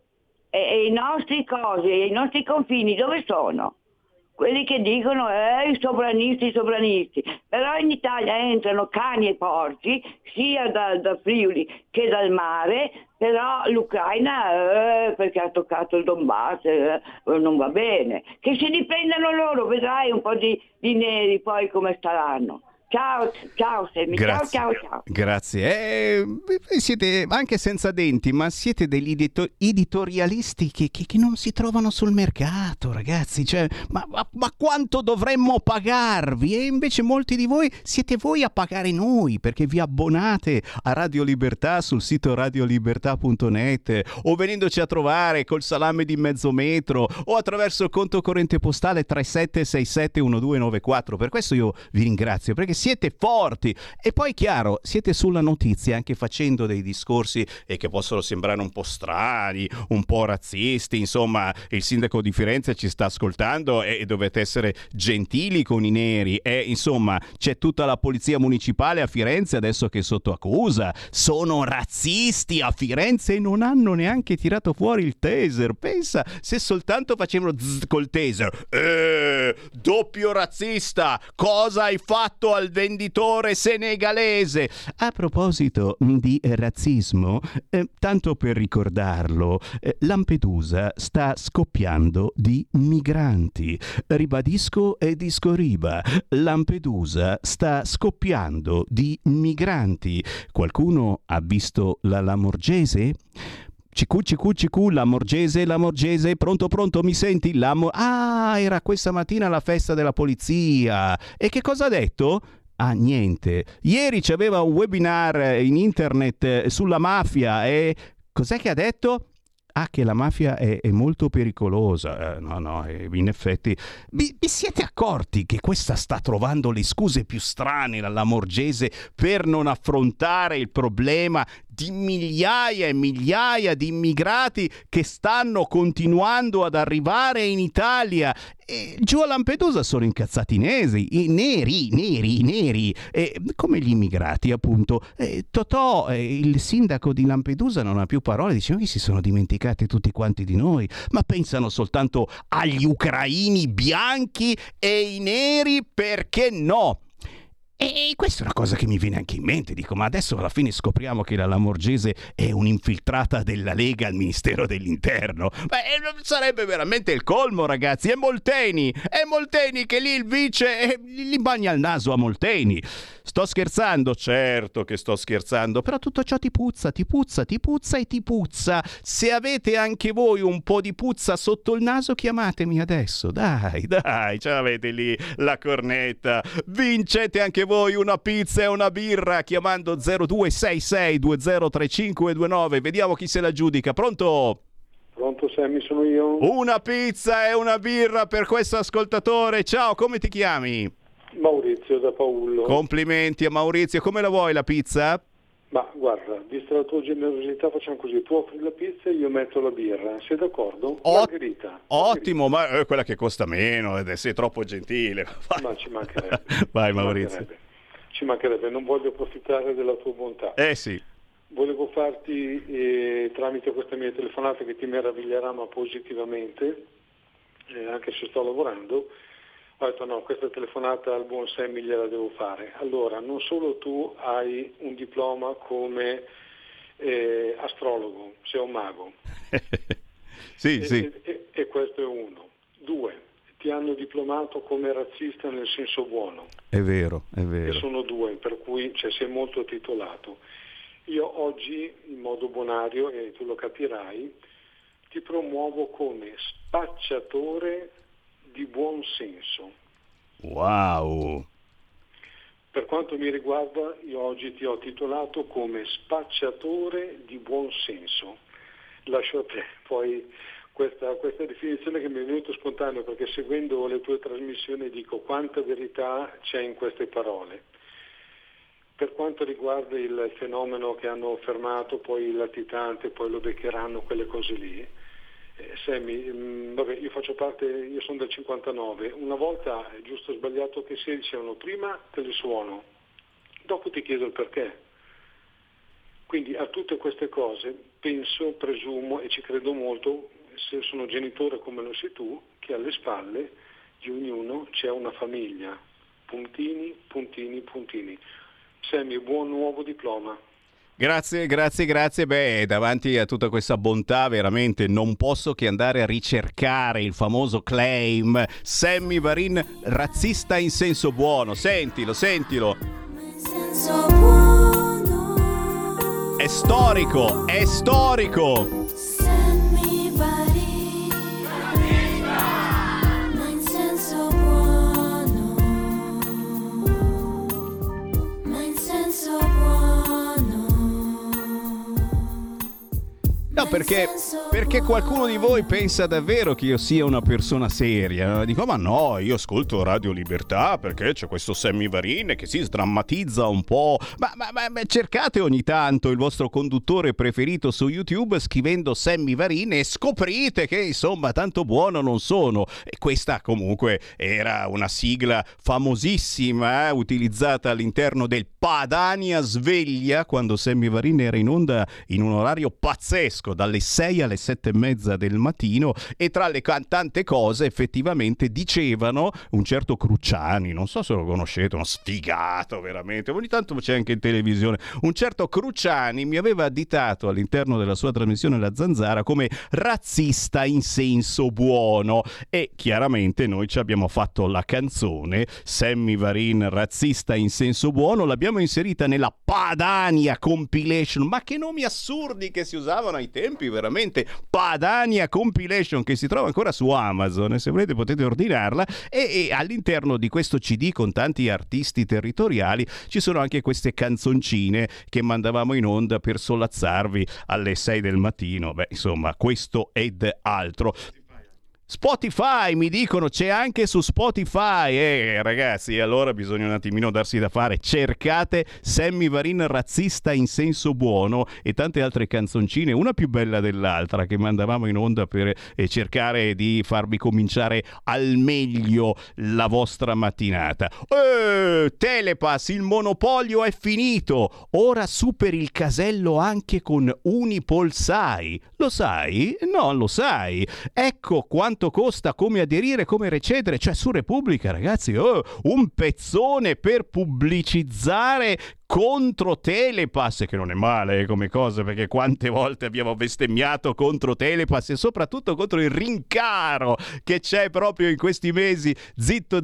E i nostri i nostri confini dove sono? Quelli che dicono i sovranisti, però in Italia entrano cani e porci sia da Friuli che dal mare, però l'Ucraina perché ha toccato il Donbass non va bene, che si riprendano loro, vedrai un po' di neri poi come staranno. Ciao Sammy, ciao. Grazie. Siete anche senza denti, ma siete degli editorialisti che non si trovano sul mercato, ragazzi. Cioè, ma quanto dovremmo pagarvi? E invece molti di voi siete voi a pagare noi, perché vi abbonate a Radio Libertà sul sito radiolibertà.net o venendoci a trovare col salame di mezzo metro o attraverso il conto corrente postale 37671294. Per questo io vi ringrazio, perché siete forti e poi chiaro siete sulla notizia anche facendo dei discorsi che possono sembrare un po' strani, un po' razzisti. Insomma, il sindaco di Firenze ci sta ascoltando e dovete essere gentili con i neri. Insomma, c'è tutta la polizia municipale a Firenze adesso che è sotto accusa. Sono razzisti a Firenze e non hanno neanche tirato fuori il taser. Pensa se soltanto facevano zzz col taser. Doppio razzista, cosa hai fatto al venditore senegalese? A proposito di razzismo, tanto per ricordarlo, Lampedusa sta scoppiando di migranti. Ribadisco e discoriba, Lampedusa sta scoppiando di migranti. Qualcuno ha visto la Lamorgese? CQ, Lamorgese, pronto, mi senti? Era questa mattina la festa della polizia. E che cosa ha detto? Niente. Ieri c'aveva un webinar in internet sulla mafia e cos'è che ha detto? Che la mafia è molto pericolosa. No, in effetti vi siete accorti che questa sta trovando le scuse più strane, la Lamorgese, per non affrontare il problema di migliaia e migliaia di immigrati che stanno continuando ad arrivare in Italia? E giù a Lampedusa sono incazzati i neri, come gli immigrati appunto. Totò, il sindaco di Lampedusa, non ha più parole, dice: noi si sono dimenticati tutti quanti di noi, ma pensano soltanto agli ucraini bianchi e i neri, perché no? E questa è una cosa che mi viene anche in mente, dico, ma adesso alla fine scopriamo che la Lamorgese è un'infiltrata della Lega al Ministero dell'Interno. Sarebbe veramente il colmo, ragazzi. È Molteni che lì il vice gli bagna il naso a Molteni. Sto scherzando? Certo che sto scherzando, però tutto ciò ti puzza. Se avete anche voi un po' di puzza sotto il naso, chiamatemi adesso, dai, ce l'avete lì la cornetta. Vincete anche voi una pizza e una birra chiamando 0266203529. Vediamo chi se la giudica. Pronto, Sammy, sono io. Una pizza e una birra per questo ascoltatore. Ciao, come ti chiami? Maurizio da Paolo. Complimenti a Maurizio. Come la vuoi la pizza? Ma guarda, vista la tua generosità, facciamo così: tu offri la pizza e io metto la birra, sei d'accordo? Margherita. Ottimo, ma è quella che costa meno, sei troppo gentile. Ma ci mancherebbe. Vai Maurizio. Ci mancherebbe, non voglio approfittare della tua bontà. Sì. Volevo farti, tramite questa mia telefonata che ti meraviglierà ma positivamente, anche se sto lavorando, ho detto no, questa telefonata al buon Sammy gliela devo fare. Allora, non solo tu hai un diploma come astrologo, sei un mago. Sì. E questo è uno. 2, ti hanno diplomato come razzista nel senso buono. È vero. E sono 2, per cui sei molto titolato. Io oggi, in modo bonario, e tu lo capirai, ti promuovo come spacciatore di buon senso. Wow! Per quanto mi riguarda, io oggi ti ho titolato come spacciatore di buon senso. Lascio a te poi questa definizione che mi è venuta spontanea, perché seguendo le tue trasmissioni dico quanta verità c'è in queste parole. Per quanto riguarda il fenomeno che hanno fermato, poi il latitante, poi lo beccheranno, quelle cose lì, Sammy, vabbè, io sono del 59, una volta, giusto o sbagliato che sia, dicevano prima te le suono, dopo ti chiedo il perché. Quindi a tutte queste cose penso, presumo e ci credo molto, se sono genitore come lo sei tu, che alle spalle di ognuno c'è una famiglia, puntini. Sammy, buon nuovo diploma. Grazie. Beh, davanti a tutta questa bontà veramente non posso che andare a ricercare il famoso claim Sammy Varin razzista in senso buono. Sentilo. È storico. Sammy Varin, ma in senso buono, ma in senso buono. No, perché qualcuno di voi pensa davvero che io sia una persona seria. Dico, ma no, io ascolto Radio Libertà perché c'è questo Sammy Varin che si sdrammatizza un po'. Ma cercate ogni tanto il vostro conduttore preferito su YouTube scrivendo Sammy Varin e scoprite che insomma tanto buono non sono. E questa comunque era una sigla famosissima, utilizzata all'interno del Padania Sveglia, quando Sammy Varin era in onda in un orario pazzesco, dalle 6 alle 7:30 del mattino, e tra le tante cose effettivamente dicevano un certo Cruciani, non so se lo conoscete, uno sfigato veramente, ogni tanto c'è anche in televisione, un certo Cruciani mi aveva additato all'interno della sua trasmissione La Zanzara come razzista in senso buono, e chiaramente noi ci abbiamo fatto la canzone Sammy Varin razzista in senso buono, l'abbiamo inserita nella Padania Compilation. Ma che nomi assurdi che si usavano ai tempi, veramente. Padania Compilation, che si trova ancora su Amazon, e se volete potete ordinarla, e all'interno di questo CD con tanti artisti territoriali ci sono anche queste canzoncine che mandavamo in onda per solazzarvi alle 6 del mattino. Beh, insomma, questo ed altro. Spotify, mi dicono, c'è anche su Spotify, ragazzi, allora bisogna un attimino darsi da fare, cercate Sammy Varin razzista in senso buono e tante altre canzoncine, una più bella dell'altra, che mandavamo in onda per cercare di farvi cominciare al meglio la vostra mattinata. Telepass, il monopolio è finito, ora superi il casello anche con Unipolsai, lo sai? Non lo sai? Ecco quanto costa, come aderire, come recedere, cioè su Repubblica, ragazzi, un pezzone per pubblicizzare contro Telepass, che non è male come cosa, perché quante volte abbiamo bestemmiato contro Telepass e soprattutto contro il rincaro che c'è proprio in questi mesi, zitto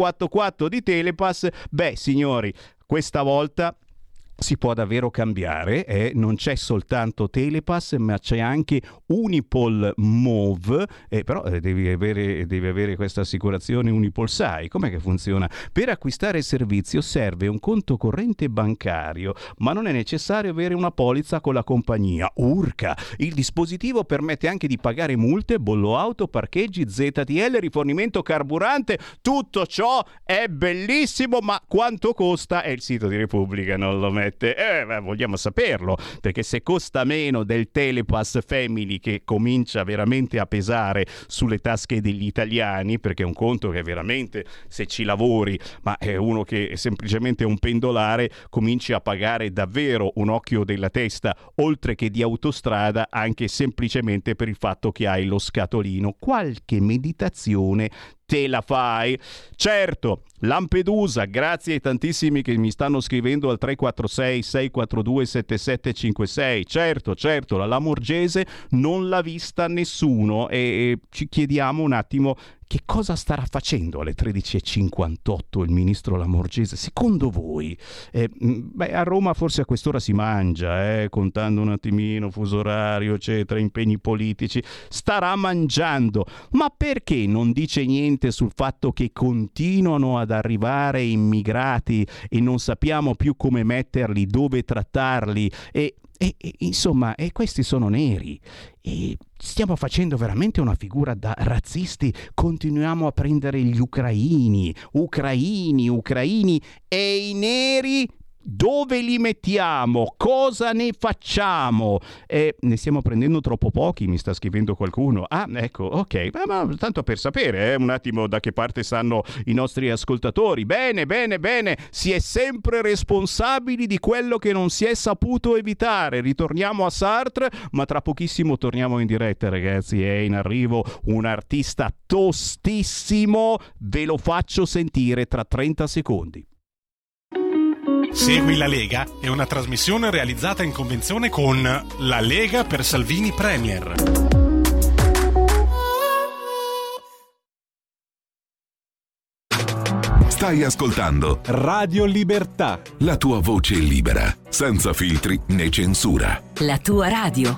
4 di Telepass. Beh, signori, questa volta si può davvero cambiare, non c'è soltanto Telepass, ma c'è anche Unipol Move, però devi avere questa assicurazione Unipolsai. Com'è che funziona? Per acquistare il servizio serve un conto corrente bancario, ma non è necessario avere una polizza con la compagnia. Urca! Il dispositivo permette anche di pagare multe, bollo auto, parcheggi, ZTL, rifornimento carburante. Tutto ciò è bellissimo, ma quanto costa? È il sito di Repubblica, non lo metto promette? Vogliamo saperlo, perché se costa meno del Telepass Family, che comincia veramente a pesare sulle tasche degli italiani, perché è un conto che veramente, se ci lavori, ma è uno che è semplicemente un pendolare, cominci a pagare davvero un occhio della testa, oltre che di autostrada, anche semplicemente per il fatto che hai lo scatolino. Qualche meditazione te la fai? Certo, Lampedusa, grazie ai tantissimi che mi stanno scrivendo al 346 642 7756. Certo, la Lamorgese non l'ha vista nessuno e ci chiediamo un attimo che cosa starà facendo alle 13.58 il ministro Lamorgese, secondo voi? A Roma forse a quest'ora si mangia, contando un attimino fuso orario, eccetera, impegni politici, starà mangiando, ma perché non dice niente sul fatto che continuano ad arrivare immigrati e non sappiamo più come metterli, dove trattarli insomma, questi sono neri e stiamo facendo veramente una figura da razzisti. Continuiamo a prendere gli ucraini e i neri dove li mettiamo? Cosa ne facciamo? Ne stiamo prendendo troppo pochi, mi sta scrivendo qualcuno. Ecco, ok, ma tanto per sapere un attimo da che parte stanno i nostri ascoltatori. Bene, si è sempre responsabili di quello che non si è saputo evitare. Ritorniamo a Sartre, ma tra pochissimo torniamo in diretta, ragazzi. È in arrivo un artista tostissimo, ve lo faccio sentire tra 30 secondi. Segui la Lega è una trasmissione realizzata in convenzione con La Lega per Salvini Premier. Stai ascoltando Radio Libertà, la tua voce libera, senza filtri né censura. La tua radio.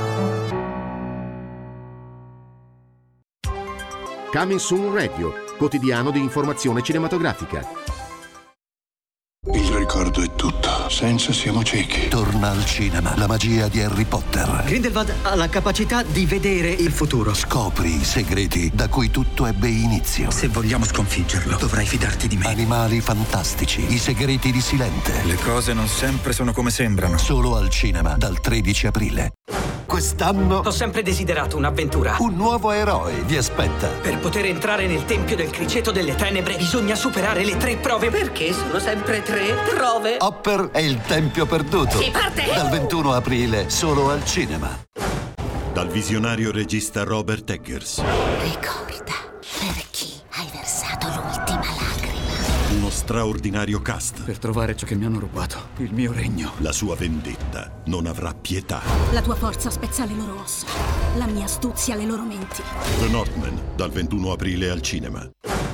Coming Soon Radio, quotidiano di informazione cinematografica. Il ricordo è tutto, senza siamo ciechi. Torna al cinema la magia di Harry Potter. Grindelwald ha la capacità di vedere il futuro. Scopri i segreti da cui tutto ebbe inizio. Se vogliamo sconfiggerlo, dovrai fidarti di me. Animali fantastici, i segreti di Silente. Le cose non sempre sono come sembrano. Solo al cinema, dal 13 aprile. Quest'anno ho sempre desiderato un'avventura. Un nuovo eroe vi aspetta. Per poter entrare nel Tempio del Criceto delle Tenebre bisogna superare le 3 prove. Perché sono sempre 3 prove? Hopper è il tempio perduto. Si parte! Dal 21 aprile, solo al cinema. Dal visionario regista Robert Eggers. Ricorda per chi hai versato l'ultima lacrima. Uno straordinario cast. Per trovare ciò che mi hanno rubato, il mio regno. La sua vendetta non avrà pietà. La tua forza spezza le loro ossa, la mia astuzia le loro menti. The Northman, dal 21 aprile al cinema.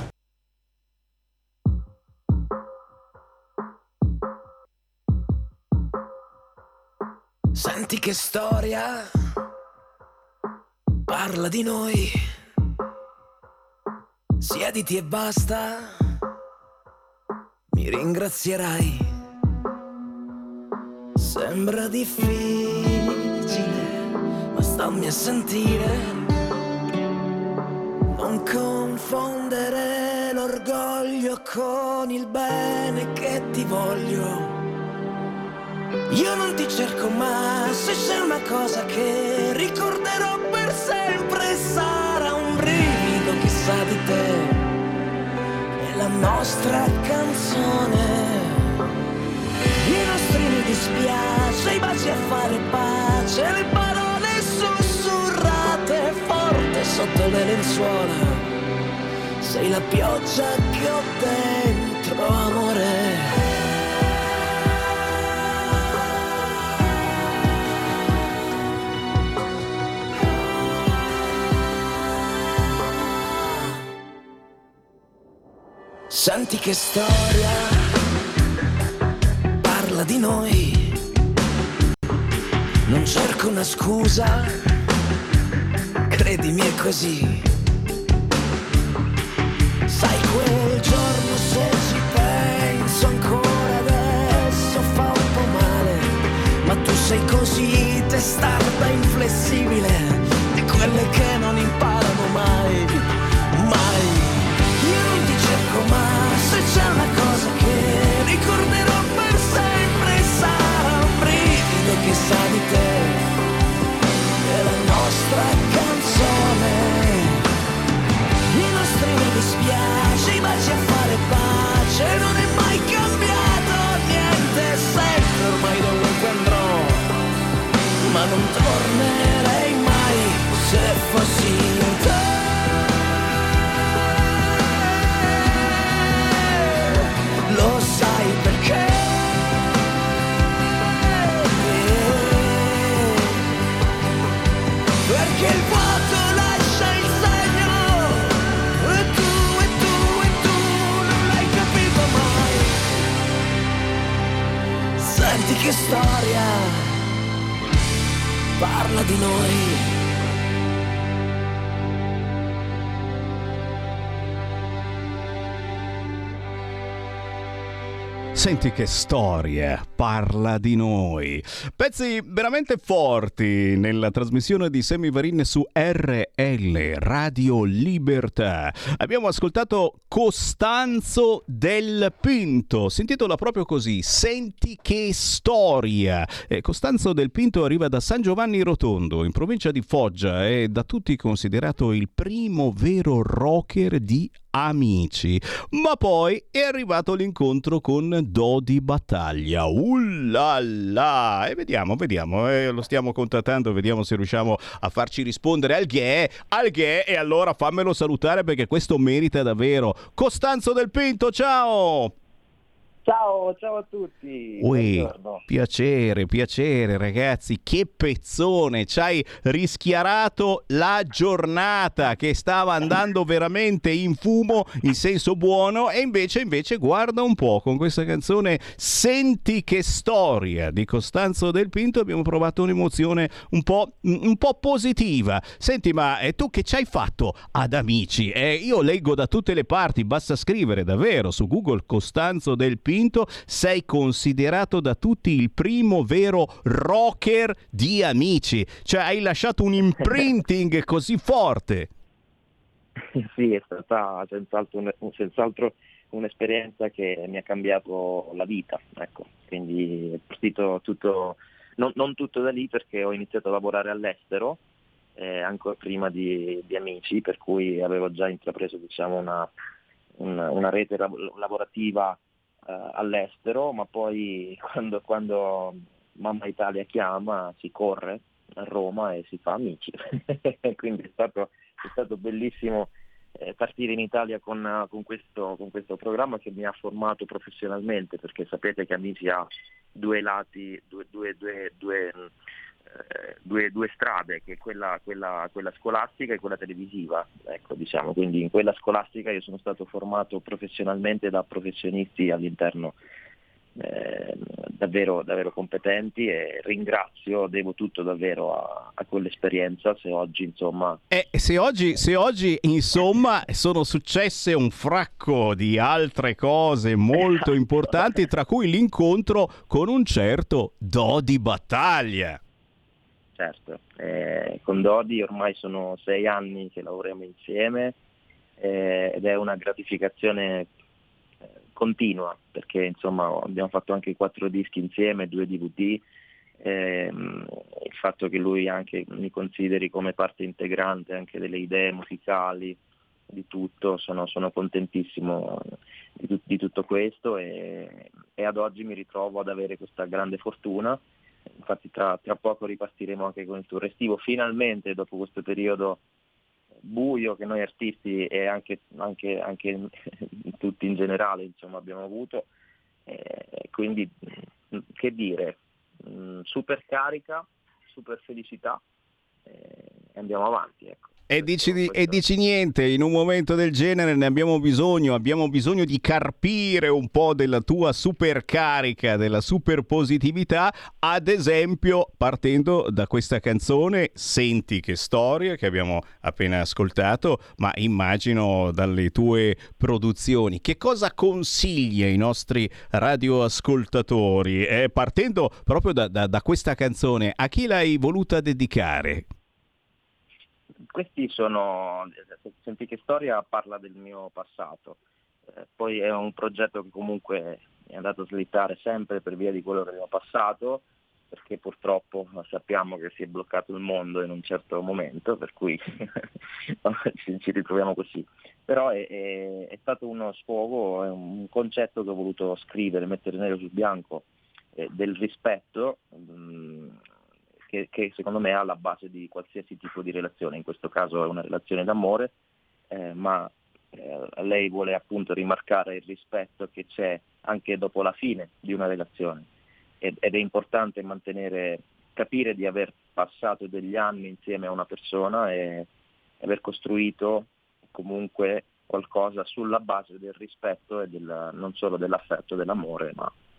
Senti che storia parla di noi. Siediti e basta, mi ringrazierai. Sembra difficile, ma stammi a sentire. Non confondere l'orgoglio con il bene che ti voglio. Io non ti cerco, ma se c'è una cosa che ricorderò per sempre sarà un brivido, chissà di te. È la nostra canzone. I nostri mi dispiace, i baci a fare pace, le parole sussurrate forte sotto le lenzuola. Sei la pioggia che ho dentro, amore. Senti che storia parla di noi. Non cerco una scusa, credimi è così. Sai quel giorno se ci penso ancora adesso fa un po' male. Ma tu sei così testarda, inflessibile, di quelle che non imparano mai, mai. Ma se c'è una cosa che ricorderò per sempre che storia parla di noi. Senti che storia parla di noi. Pezzi veramente forti nella trasmissione di Sammy Varin su RL Radio Libertà. Abbiamo ascoltato Costanzo del Pinto, si intitola proprio così, Senti che storia. Costanzo del Pinto arriva da San Giovanni Rotondo, in provincia di Foggia, è da tutti considerato il primo vero rocker di Amici, ma poi è arrivato l'incontro con Dodi Battaglia. Ullala! E vediamo, lo stiamo contattando, vediamo se riusciamo a farci rispondere al ghè, e allora fammelo salutare perché questo merita davvero. Costanzo del Pinto, ciao! Ciao a tutti. Piacere ragazzi, che pezzone, ci hai rischiarato la giornata che stava andando veramente in fumo in senso buono e invece guarda un po', con questa canzone Senti che storia di Costanzo del Pinto abbiamo provato un'emozione un po' positiva. Senti, ma tu che ci hai fatto ad Amici? Io leggo da tutte le parti, basta scrivere davvero su Google Costanzo del Pinto, sei considerato da tutti il primo vero rocker di Amici, cioè hai lasciato un imprinting così forte. Sì, è stata senz'altro un'esperienza che mi ha cambiato la vita, ecco. Quindi è partito tutto, non tutto da lì, perché ho iniziato a lavorare all'estero ancora prima di Amici, per cui avevo già intrapreso, diciamo, una rete lavorativa all'estero, ma poi quando Mamma Italia chiama si corre a Roma e si fa Amici. Quindi è stato bellissimo partire in Italia con questo programma che mi ha formato professionalmente, perché sapete che Amici ha due lati, due strade, che è quella scolastica e quella televisiva, ecco, diciamo. Quindi in quella scolastica io sono stato formato professionalmente da professionisti all'interno davvero competenti, e devo tutto davvero a quell'esperienza. Se oggi insomma sono successe un fracco di altre cose molto importanti, tra cui l'incontro con un certo Dodi Battaglia. Certo, con Dodi ormai sono 6 anni che lavoriamo insieme, ed è una gratificazione continua, perché insomma abbiamo fatto anche 4 dischi insieme, 2 DVD, il fatto che lui anche mi consideri come parte integrante anche delle idee musicali, di tutto, sono contentissimo di tutto questo, e ad oggi mi ritrovo ad avere questa grande fortuna. Infatti tra poco ripartiremo anche con il tour estivo, finalmente, dopo questo periodo buio che noi artisti e anche tutti in generale, insomma, abbiamo avuto, quindi che dire, super carica, super felicità, e andiamo avanti, ecco. E dici niente, in un momento del genere ne abbiamo bisogno di carpire un po' della tua super carica, della super positività, ad esempio partendo da questa canzone Senti che storia che abbiamo appena ascoltato, ma immagino dalle tue produzioni. Che cosa consigli ai nostri radioascoltatori? Partendo proprio da questa canzone, a chi l'hai voluta dedicare? Questi Senti che storia parla del mio passato, poi è un progetto che comunque è andato a slittare sempre per via di quello che abbiamo passato, perché purtroppo sappiamo che si è bloccato il mondo in un certo momento, per cui ci ritroviamo così. Però è stato uno sfogo, è un concetto che ho voluto scrivere, mettere nero su bianco, del rispetto, che secondo me è alla base di qualsiasi tipo di relazione. In questo caso è una relazione d'amore, ma lei vuole appunto rimarcare il rispetto che c'è anche dopo la fine di una relazione, ed è importante capire di aver passato degli anni insieme a una persona e aver costruito comunque qualcosa sulla base del rispetto e non solo dell'affetto, dell'amore, ma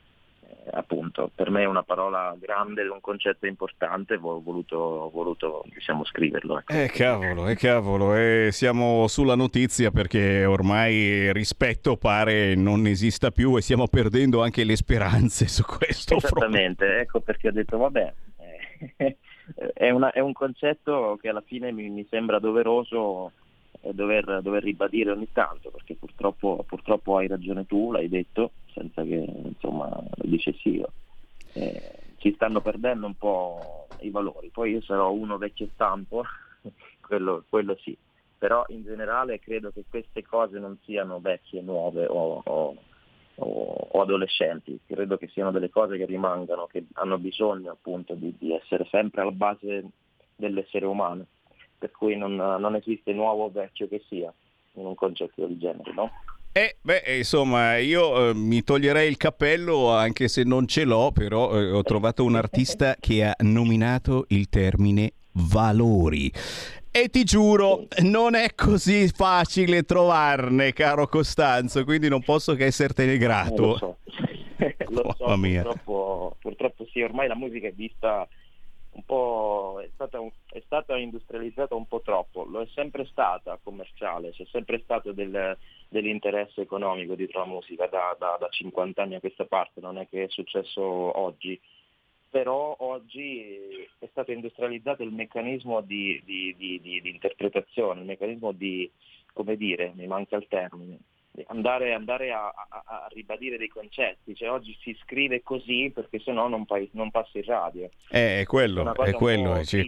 appunto per me è una parola grande, un concetto importante, ho voluto diciamo scriverlo. Ecco. Cavolo, siamo sulla notizia perché ormai rispetto pare non esista più e stiamo perdendo anche le speranze su questo. Esattamente, ecco perché ho detto vabbè, è un concetto che alla fine mi sembra doveroso dover ribadire ogni tanto, perché purtroppo hai ragione tu, l'hai detto senza che insomma lo dicessi io, ci stanno perdendo un po' i valori. Poi io sarò uno vecchio stampo quello sì, però in generale credo che queste cose non siano vecchie, nuove o adolescenti, credo che siano delle cose che rimangano, che hanno bisogno appunto di essere sempre alla base dell'essere umano, per cui non esiste nuovo o vecchio che sia in un concetto del genere, no? Insomma, io mi toglierei il cappello anche se non ce l'ho, però ho trovato un artista che ha nominato il termine valori. E ti giuro, non è così facile trovarne, caro Costanzo, quindi non posso che essertene grato. Lo so, mia. Purtroppo sì, ormai la musica è vista un po', è stata industrializzata un po' troppo, lo è sempre stata commerciale, c'è sempre stato dell'interesse economico dietro la musica da 50 anni a questa parte, non è che è successo oggi, però oggi è stato industrializzato il meccanismo di interpretazione, il meccanismo di, come dire, mi manca il termine, andare a ribadire dei concetti, cioè oggi si scrive così perché sennò non passa in radio. È quello. Cioè,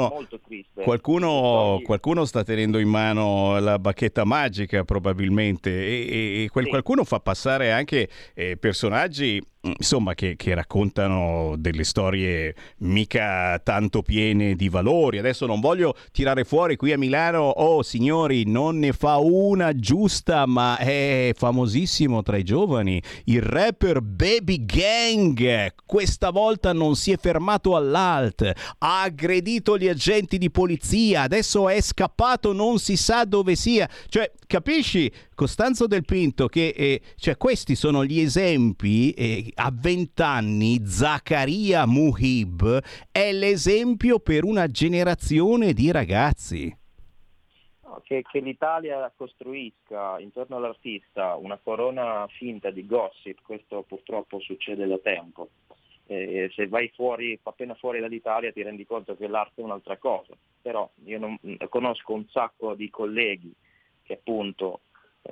qualcuno sta tenendo in mano la bacchetta magica probabilmente e qualcuno fa passare anche personaggi insomma che raccontano delle storie mica tanto piene di valori. Adesso non voglio tirare fuori qui a Milano, signori, non ne fa una giusta, ma è famosissimo tra i giovani il rapper Baby Gang. Questa volta non si è fermato all'alt, ha aggredito gli agenti di polizia, adesso è scappato, non si sa dove sia. Cioè, capisci, Costanzo Del Pinto, che cioè questi sono gli esempi. A 20 anni Zaccaria Muhib è l'esempio per una generazione di ragazzi. Che l'Italia costruisca intorno all'artista una corona finta di gossip, questo purtroppo succede da tempo. Se vai fuori, appena fuori dall'Italia, ti rendi conto che l'arte è un'altra cosa. Però io conosco un sacco di colleghi che appunto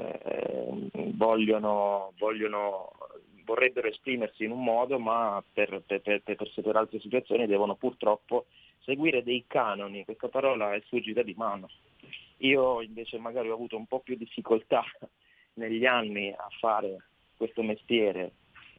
vorrebbero esprimersi in un modo, ma per altre situazioni devono purtroppo seguire dei canoni. Questa parola è sfuggita di mano. Io invece magari ho avuto un po' più difficoltà negli anni a fare questo mestiere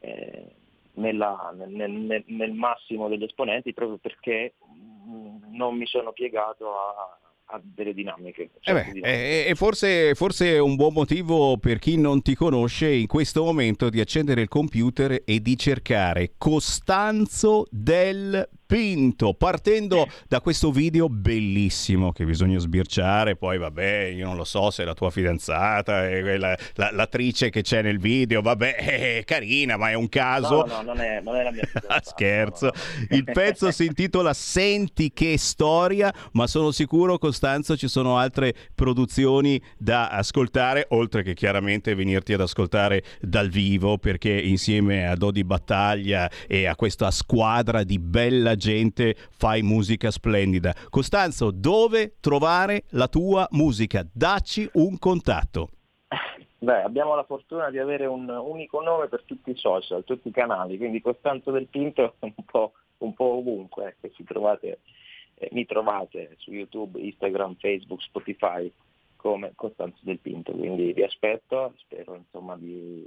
nel massimo degli esponenti, proprio perché non mi sono piegato a delle dinamiche. E forse è un buon motivo per chi non ti conosce in questo momento di accendere il computer e di cercare Costanzo Del Pinto, partendo da questo video bellissimo che bisogna sbirciare. Poi vabbè, io non lo so se la tua fidanzata è l'attrice che c'è nel video, vabbè, è carina, ma è un caso. No, non è la mia fidanzata. Scherzo. No. Il pezzo si intitola Senti che storia, ma sono sicuro, Costanzo, ci sono altre produzioni da ascoltare, oltre che chiaramente venirti ad ascoltare dal vivo, perché insieme a Dodi Battaglia e a questa squadra di bella gente fai musica splendida. Costanzo, dove trovare la tua musica? Dacci un contatto. Abbiamo la fortuna di avere un unico nome per tutti i social, tutti i canali, quindi Costanzo Del Pinto un po' ovunque, che mi trovate su YouTube, Instagram, Facebook, Spotify come Costanzo Del Pinto, quindi vi aspetto, spero insomma di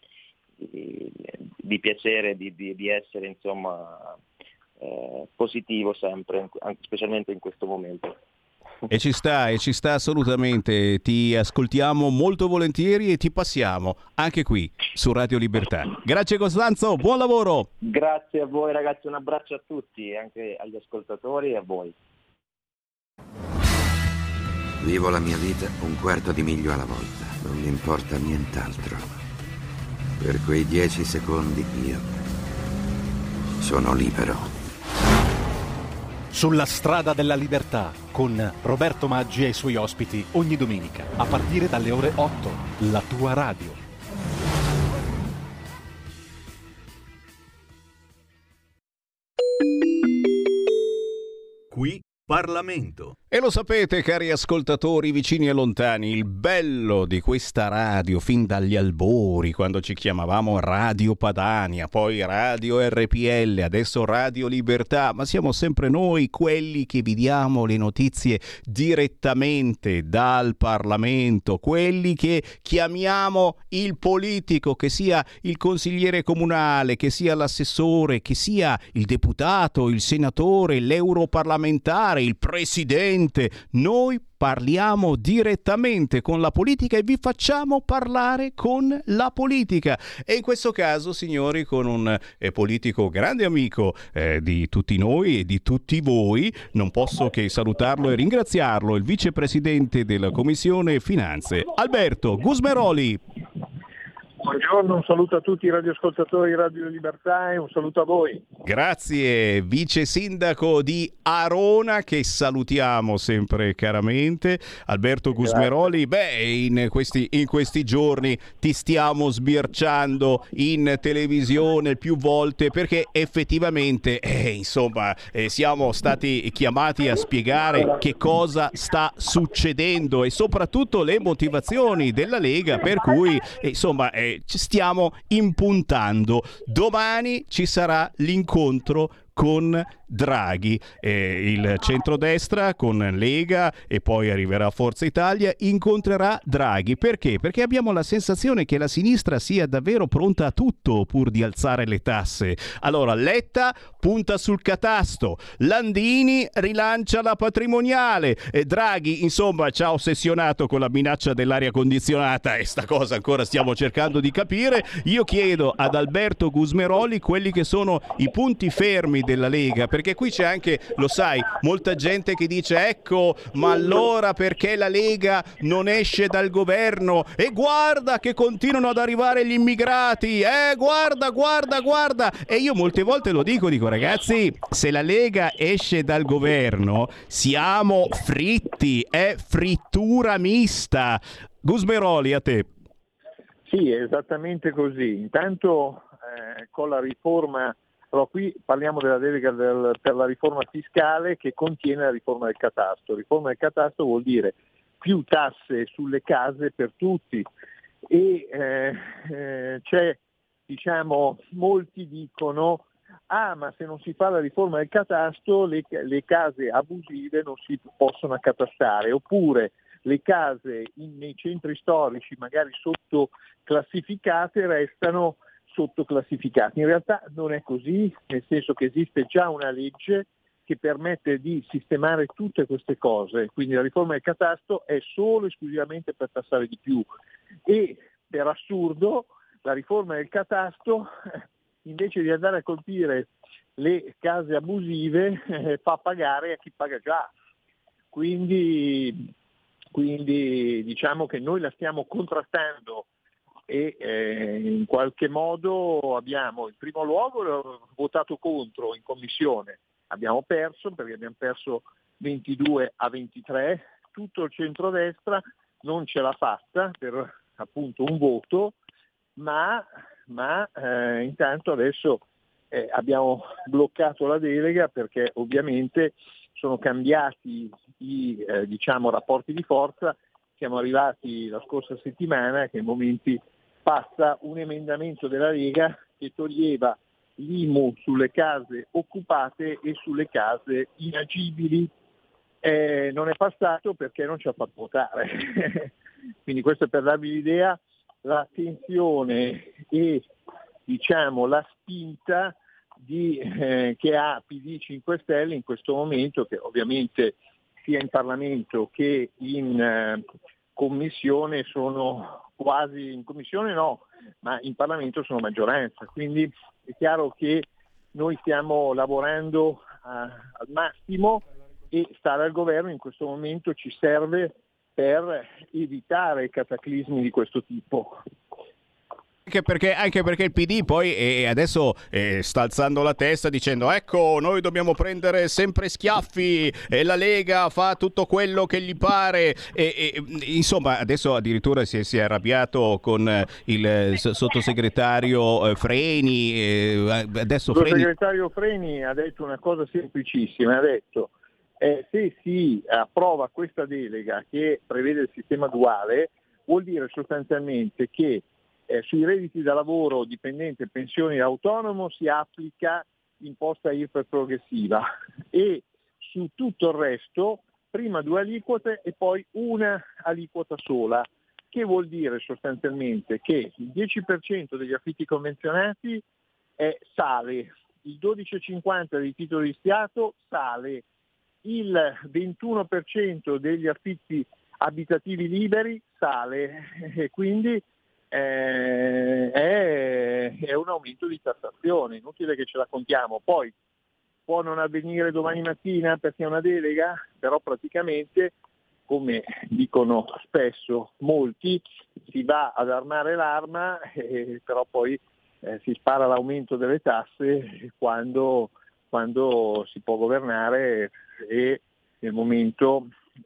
piacere, di essere insomma positivo sempre, specialmente in questo momento. E ci sta assolutamente, ti ascoltiamo molto volentieri e ti passiamo anche qui su Radio Libertà. Grazie Costanzo, buon lavoro! Grazie a voi ragazzi, un abbraccio a tutti, anche agli ascoltatori e a voi. Vivo la mia vita un quarto di miglio alla volta, non mi importa nient'altro. Per quei 10 secondi io sono libero. Sulla strada della libertà con Roberto Maggi e i suoi ospiti ogni domenica a partire dalle ore 8. La tua radio. Qui Parlamento. E lo sapete, cari ascoltatori vicini e lontani, il bello di questa radio fin dagli albori, quando ci chiamavamo Radio Padania, poi Radio RPL, adesso Radio Libertà, ma siamo sempre noi quelli che vi diamo le notizie direttamente dal Parlamento, quelli che chiamiamo il politico, che sia il consigliere comunale, che sia l'assessore, che sia il deputato, il senatore, l'europarlamentare, il presidente. Noi parliamo direttamente con la politica e vi facciamo parlare con la politica. E in questo caso, signori, con un politico grande amico di tutti noi e di tutti voi, non posso che salutarlo e ringraziarlo, il vicepresidente della Commissione Finanze, Alberto Gusmeroli. Buongiorno, un saluto a tutti i radioascoltatori di Radio Libertà e un saluto a voi. Grazie, vice sindaco di Arona, che salutiamo sempre caramente. Alberto Gusmeroli, in questi giorni ti stiamo sbirciando in televisione più volte perché effettivamente siamo stati chiamati a spiegare che cosa sta succedendo e soprattutto le motivazioni della Lega per cui ci stiamo impuntando. Domani ci sarà l'incontro con Draghi, il centrodestra con Lega e poi arriverà Forza Italia, incontrerà Draghi. Perché? Perché abbiamo la sensazione che la sinistra sia davvero pronta a tutto pur di alzare le tasse. Allora Letta punta sul catasto, Landini rilancia la patrimoniale, Draghi ci ha ossessionato con la minaccia dell'aria condizionata e sta cosa ancora stiamo cercando di capire. Io chiedo ad Alberto Gusmeroli quelli che sono i punti fermi della Lega, perché qui c'è anche, lo sai, molta gente che dice ecco, ma allora perché la Lega non esce dal governo? E guarda che continuano ad arrivare gli immigrati, guarda. E io molte volte lo dico ragazzi, se la Lega esce dal governo siamo fritti, è frittura mista. Gusmeroli, a te. Sì, è esattamente così. Intanto con la riforma, però qui parliamo della delega per la riforma fiscale che contiene la riforma del catasto. Riforma del catasto vuol dire più tasse sulle case per tutti e c'è, molti dicono ma se non si fa la riforma del catasto le case abusive non si possono accatastare, oppure le case nei centri storici magari sottoclassificate restano sottoclassificati. In realtà non è così, nel senso che esiste già una legge che permette di sistemare tutte queste cose, quindi la riforma del catasto è solo esclusivamente per tassare di più e per assurdo la riforma del catasto invece di andare a colpire le case abusive fa pagare a chi paga già, quindi diciamo che noi la stiamo contrastando e in qualche modo abbiamo in primo luogo votato contro in commissione, abbiamo perso perché abbiamo perso 22-23, tutto il centrodestra non ce l'ha fatta per appunto un voto, ma intanto adesso abbiamo bloccato la delega perché ovviamente sono cambiati i rapporti di forza. Siamo arrivati la scorsa settimana che in momenti passa un emendamento della Lega che toglieva l'IMU sulle case occupate e sulle case inagibili. Non è passato perché non ci ha fatto votare. Quindi questo è per darvi l'idea, la tensione e la spinta che ha PD 5 Stelle in questo momento, che ovviamente sia in Parlamento che in Commissione sono quasi, in Commissione no, ma in Parlamento sono maggioranza, quindi è chiaro che noi stiamo lavorando al massimo e stare al governo in questo momento ci serve per evitare cataclismi di questo tipo. Anche perché il PD poi adesso sta alzando la testa dicendo ecco, noi dobbiamo prendere sempre schiaffi e la Lega fa tutto quello che gli pare insomma adesso addirittura si è arrabbiato con il sottosegretario Freni. Adesso il sottosegretario Freni ha detto una cosa semplicissima, ha detto se si approva questa delega che prevede il sistema duale vuol dire sostanzialmente che sui redditi da lavoro dipendente e pensioni da autonomo si applica imposta IRPEF progressiva e su tutto il resto prima 2 aliquote e poi una aliquota sola, che vuol dire sostanzialmente che il 10% degli affitti convenzionati sale, il 12,50 dei titoli di Stato sale, il 21% degli affitti abitativi liberi sale e quindi è un aumento di tassazione, inutile che ce la contiamo. Poi può non avvenire domani mattina perché è una delega, però praticamente, come dicono spesso molti, si va ad armare l'arma, però poi si spara l'aumento delle tasse quando si può governare e nel momento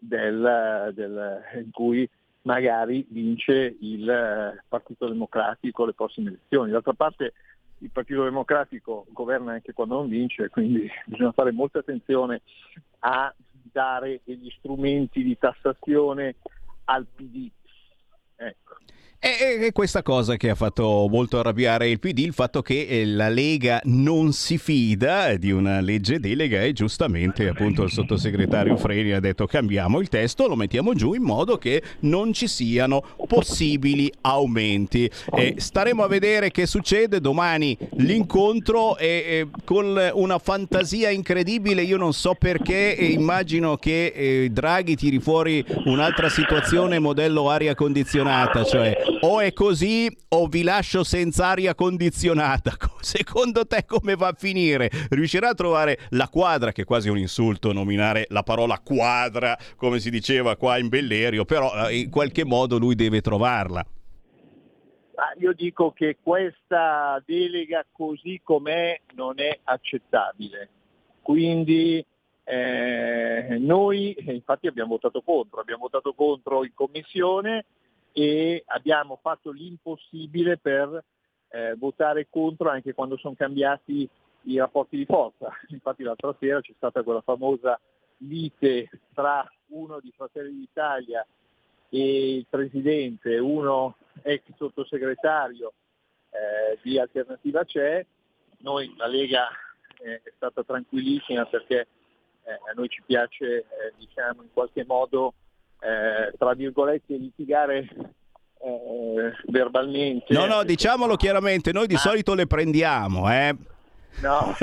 in cui magari vince il Partito Democratico alle prossime elezioni. D'altra parte il Partito Democratico governa anche quando non vince, quindi bisogna fare molta attenzione a dare degli strumenti di tassazione al PD. Ecco. E questa cosa che ha fatto molto arrabbiare il PD, il fatto che la Lega non si fida di una legge delega e giustamente appunto il sottosegretario Freni ha detto cambiamo il testo, lo mettiamo giù in modo che non ci siano possibili aumenti. Staremo a vedere che succede domani l'incontro con una fantasia incredibile, io non so perché immagino che Draghi tiri fuori un'altra situazione modello aria condizionata, cioè o è così o vi lascio senza aria condizionata. Secondo te come va a finire? Riuscirà a trovare la quadra, che è quasi un insulto nominare la parola quadra come si diceva qua in Bellerio, però in qualche modo lui deve trovarla. Io dico che questa delega così com'è non è accettabile, quindi noi infatti abbiamo votato contro in commissione e abbiamo fatto l'impossibile per votare contro anche quando sono cambiati i rapporti di forza. Infatti l'altra sera c'è stata quella famosa lite tra uno di Fratelli d'Italia e il presidente, uno ex sottosegretario di Alternativa C'è. Noi, la Lega, è stata tranquillissima perché a noi ci piace diciamo in qualche modo tra virgolette litigare verbalmente. No, diciamolo chiaramente, noi di solito le prendiamo, No,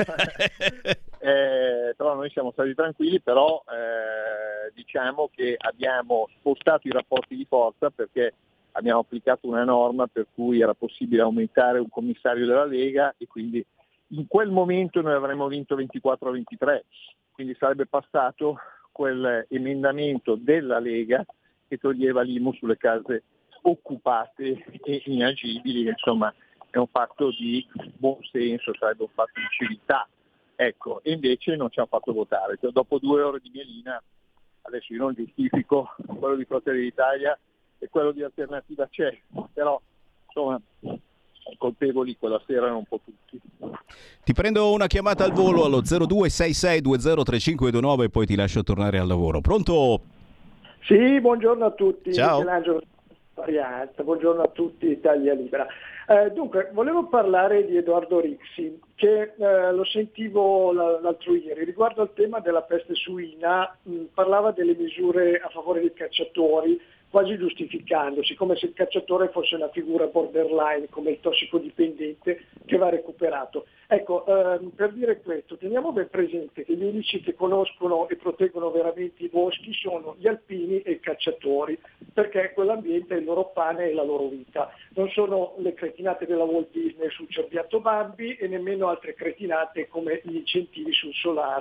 però noi siamo stati tranquilli, però diciamo che abbiamo spostato i rapporti di forza perché abbiamo applicato una norma per cui era possibile aumentare un commissario della Lega e quindi in quel momento noi avremmo vinto 24-23, quindi sarebbe passato quel emendamento della Lega che toglieva l'IMU sulle case occupate e inagibili, insomma è un fatto di buon senso, sarebbe un fatto di civiltà, ecco, e invece non ci hanno fatto votare. Dopo 2 ore di mielina, adesso io non giustifico quello di Fratelli d'Italia e quello di Alternativa C'è, però insomma colpevoli quella sera erano un po' tutti. Ti prendo una chiamata al volo allo 0266203529 e poi ti lascio tornare al lavoro. Pronto? Sì, buongiorno a tutti. Ciao. Buongiorno a tutti, Italia Libera. Dunque, volevo parlare di Edoardo Rixi, che lo sentivo l'altro ieri, riguardo al tema della peste suina, parlava delle misure a favore dei cacciatori, quasi giustificandosi, come se il cacciatore fosse una figura borderline, come il tossicodipendente che va recuperato. Ecco, per dire questo, teniamo ben presente che gli unici che conoscono e proteggono veramente i boschi sono gli alpini e i cacciatori, perché quell'ambiente è il loro pane e la loro vita. Non sono le cretinate della Walt Disney sul cerbiatto Bambi e nemmeno altre cretinate come gli incentivi sul solare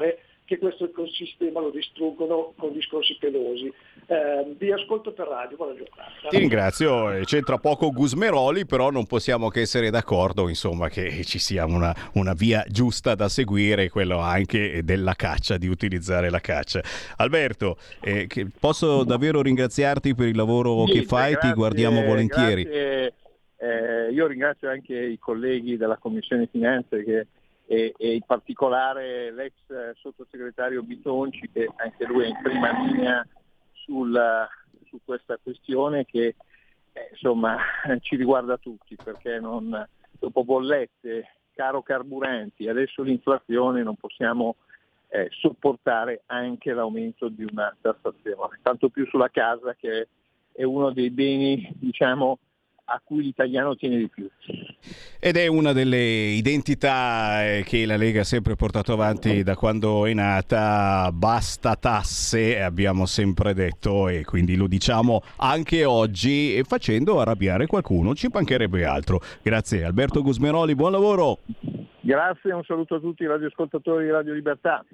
che questo ecosistema lo distruggono con discorsi pelosi. Vi ascolto per radio, buona giornata. Ti ringrazio, c'entra poco Gusmeroli, però non possiamo che essere d'accordo, insomma, che ci sia una via giusta da seguire, quello anche della caccia, di utilizzare la caccia. Alberto, posso davvero ringraziarti per il lavoro che fai, ti guardiamo volentieri. Grazie. Io ringrazio anche i colleghi della Commissione Finanze e in particolare l'ex sottosegretario Bitonci, che anche lui è in prima linea su questa questione che insomma ci riguarda tutti, perché dopo bollette, caro carburanti, adesso l'inflazione, non possiamo sopportare anche l'aumento di una tassazione, tanto più sulla casa, che è uno dei beni, diciamo, a cui l'italiano tiene di più. Ed è una delle identità che la Lega ha sempre portato avanti da quando è nata. Basta tasse, abbiamo sempre detto, e quindi lo diciamo anche oggi, facendo arrabbiare qualcuno, ci mancherebbe altro. Grazie Alberto Gusmeroli, buon lavoro. Grazie, un saluto a tutti i radioascoltatori di Radio Libertà.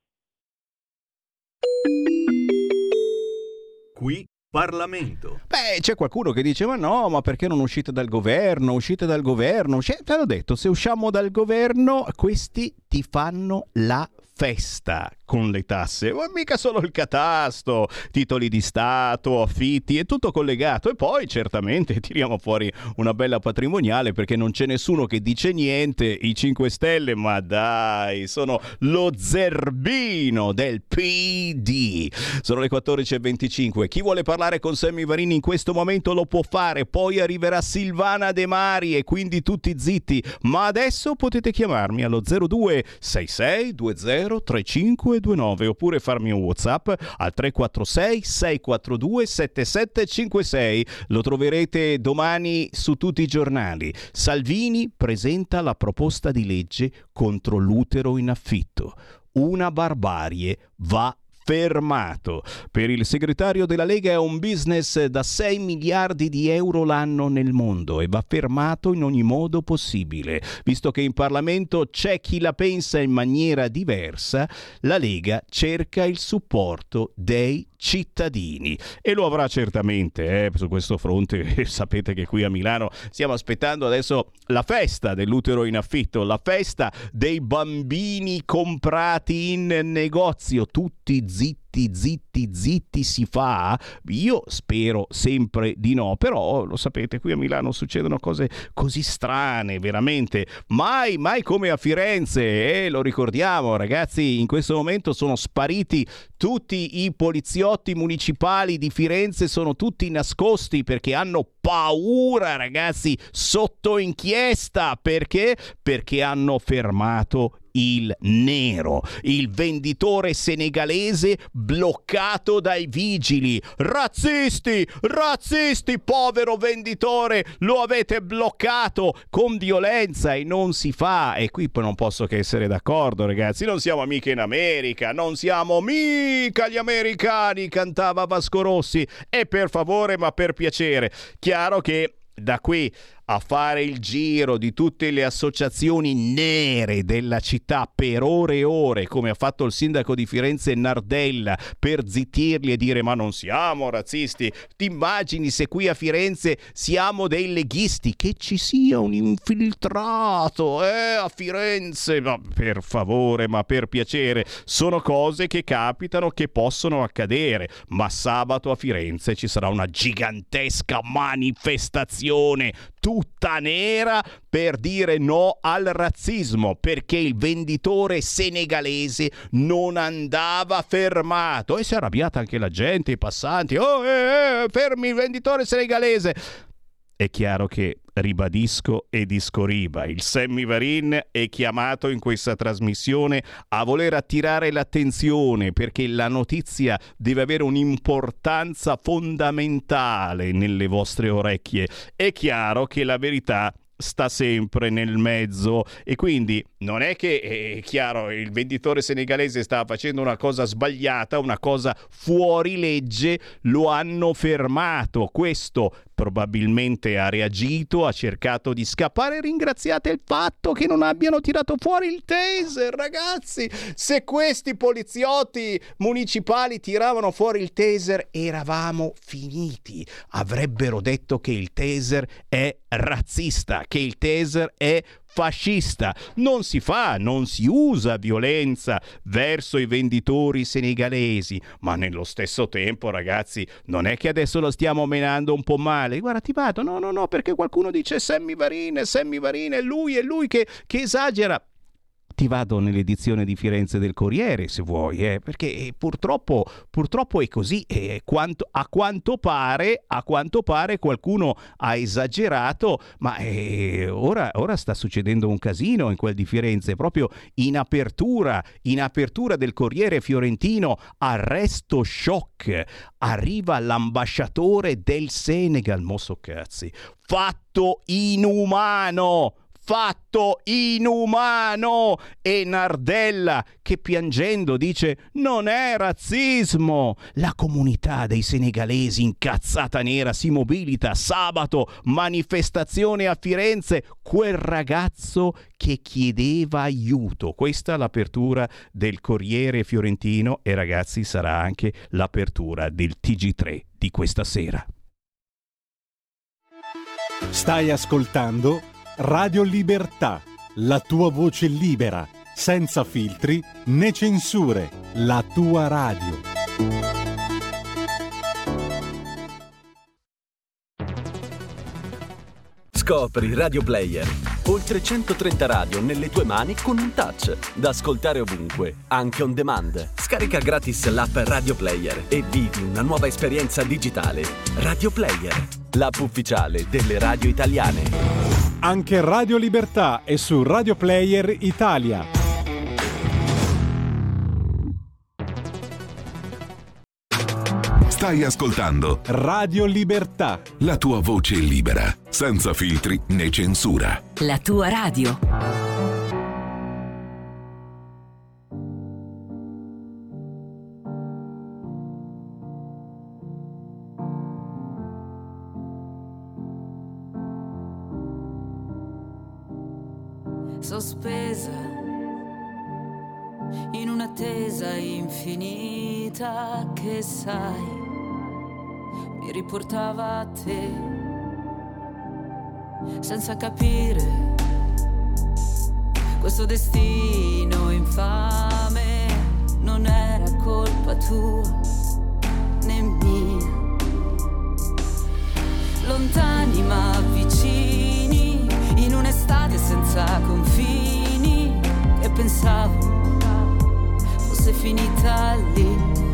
Qui Parlamento. Beh, c'è qualcuno che dice: ma perché non uscite dal governo? Te l'ho detto, se usciamo dal governo questi ti fanno la festa con le tasse, ma mica solo il catasto, titoli di Stato, affitti, è tutto collegato. E poi certamente tiriamo fuori una bella patrimoniale, perché non c'è nessuno che dice niente. I 5 Stelle, ma dai, sono lo zerbino del PD. Sono le 14.25. Chi vuole parlare con Sammy Varin in questo momento lo può fare, poi arriverà Silvana De Mari e quindi tutti zitti, ma adesso potete chiamarmi allo 0266 20 3529 oppure farmi un WhatsApp al 346 642 7756. Lo troverete domani su tutti i giornali. Salvini presenta la proposta di legge contro l'utero in affitto. Una barbarie, va fermato. Per il segretario della Lega è un business da 6 miliardi di euro l'anno nel mondo e va fermato in ogni modo possibile. Visto che in Parlamento c'è chi la pensa in maniera diversa, la Lega cerca il supporto dei cittadini e lo avrà certamente su questo fronte. Sapete che qui a Milano stiamo aspettando adesso la festa dell'utero in affitto, la festa dei bambini comprati in negozio, tutti zitti si fa. Io spero sempre di no, però lo sapete, qui a Milano succedono cose così strane, veramente mai come a Firenze, lo ricordiamo ragazzi. In questo momento sono spariti tutti i poliziotti municipali di Firenze, sono tutti nascosti perché hanno paura, ragazzi, sotto inchiesta. Perché hanno fermato il nero, il venditore senegalese bloccato dai vigili. Razzisti, povero venditore, lo avete bloccato con violenza e non si fa. E qui poi non posso che essere d'accordo, ragazzi, non siamo mica in America, non siamo mica gli americani, cantava Vasco Rossi. E per favore, ma per piacere, chiaro che da qui a fare il giro di tutte le associazioni nere della città per ore e ore, come ha fatto il sindaco di Firenze Nardella, per zittirli e dire ma non siamo razzisti. Ti immagini se qui a Firenze siamo dei leghisti, che ci sia un infiltrato a Firenze? Ma per favore, ma per piacere, sono cose che capitano, che possono accadere. Ma sabato a Firenze ci sarà una gigantesca manifestazione tutta nera per dire no al razzismo, perché il venditore senegalese non andava fermato. E si è arrabbiata anche la gente, i passanti. Fermi il venditore senegalese. È chiaro che, ribadisco e discoriba, il Sammy Varin è chiamato in questa trasmissione a voler attirare l'attenzione, perché la notizia deve avere un'importanza fondamentale nelle vostre orecchie. È chiaro che la verità sta sempre nel mezzo e quindi non è che, è chiaro, il venditore senegalese stava facendo una cosa sbagliata, una cosa fuori legge, lo hanno fermato. Questo probabilmente ha reagito, ha cercato di scappare. Ringraziate il fatto che non abbiano tirato fuori il taser, ragazzi. Se questi poliziotti municipali tiravano fuori il taser, eravamo finiti. Avrebbero detto che il taser è razzista, che il taser è fascista. Non si usa violenza verso i venditori senegalesi, ma nello stesso tempo, ragazzi, non è che adesso lo stiamo menando un po' male. Guarda, ti vado, no, perché qualcuno dice Sammy Varin, è lui che esagera. Ti vado nell'edizione di Firenze del Corriere, se vuoi, perché purtroppo è così. A quanto pare qualcuno ha esagerato, ma ora sta succedendo un casino in quel di Firenze, proprio in apertura del Corriere fiorentino. Arresto shock, arriva l'ambasciatore del Senegal, mosso cazzi, fatto inumano, e Nardella che piangendo dice non è razzismo. La comunità dei senegalesi incazzata nera si mobilita sabato, manifestazione a Firenze, quel ragazzo che chiedeva aiuto. Questa è l'apertura del Corriere fiorentino e, ragazzi, sarà anche l'apertura del TG3 di questa sera. Stai ascoltando Radio Libertà, la tua voce libera, senza filtri né censure, la tua radio. Scopri Radio Player. Oltre 130 radio nelle tue mani con un touch, da ascoltare ovunque, anche on demand. Scarica gratis l'app Radio Player e vivi una nuova esperienza digitale. Radio Player, l'app ufficiale delle radio italiane. Anche Radio Libertà è su Radio Player Italia. Stai ascoltando Radio Libertà, la tua voce libera, senza filtri né censura. La tua radio. Sospesa in un'attesa infinita che sai mi riportava a te senza capire questo destino infame non era colpa tua né mia. Lontani ma vicini in un'estate senza confini e pensavo fosse finita lì,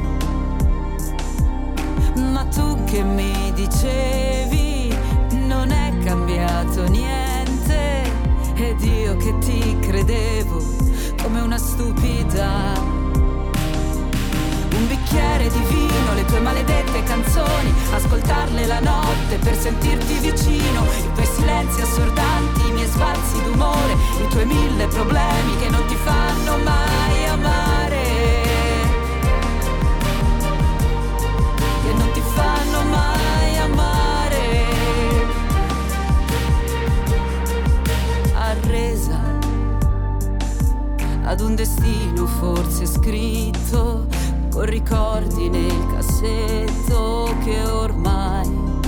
ma tu che mi dicevi non è cambiato niente ed io che ti credevo come una stupida. Un bicchiere di vino, le tue maledette canzoni, ascoltarle la notte per sentirti vicino, i tuoi silenzi assordanti, i miei sbalzi d'umore, i tuoi 1000 problemi che non ti fanno mai amare, che non ti fanno mai amare. Arresa ad un destino forse scritto con ricordi nel cassetto che ormai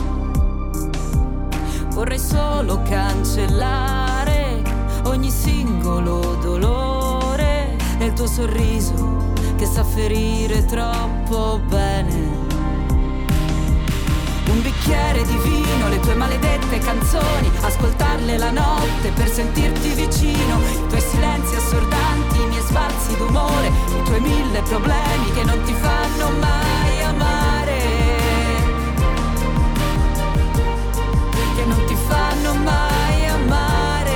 vorrei solo cancellare ogni singolo dolore e il tuo sorriso che sa ferire troppo bene. Un bicchiere di vino, le tue maledette canzoni, ascoltarle la notte per sentirti vicino, i tuoi silenzi assordanti, i miei sbalzi d'umore, i tuoi 1000 problemi che non ti fanno mai amare, che non ti fanno mai amare.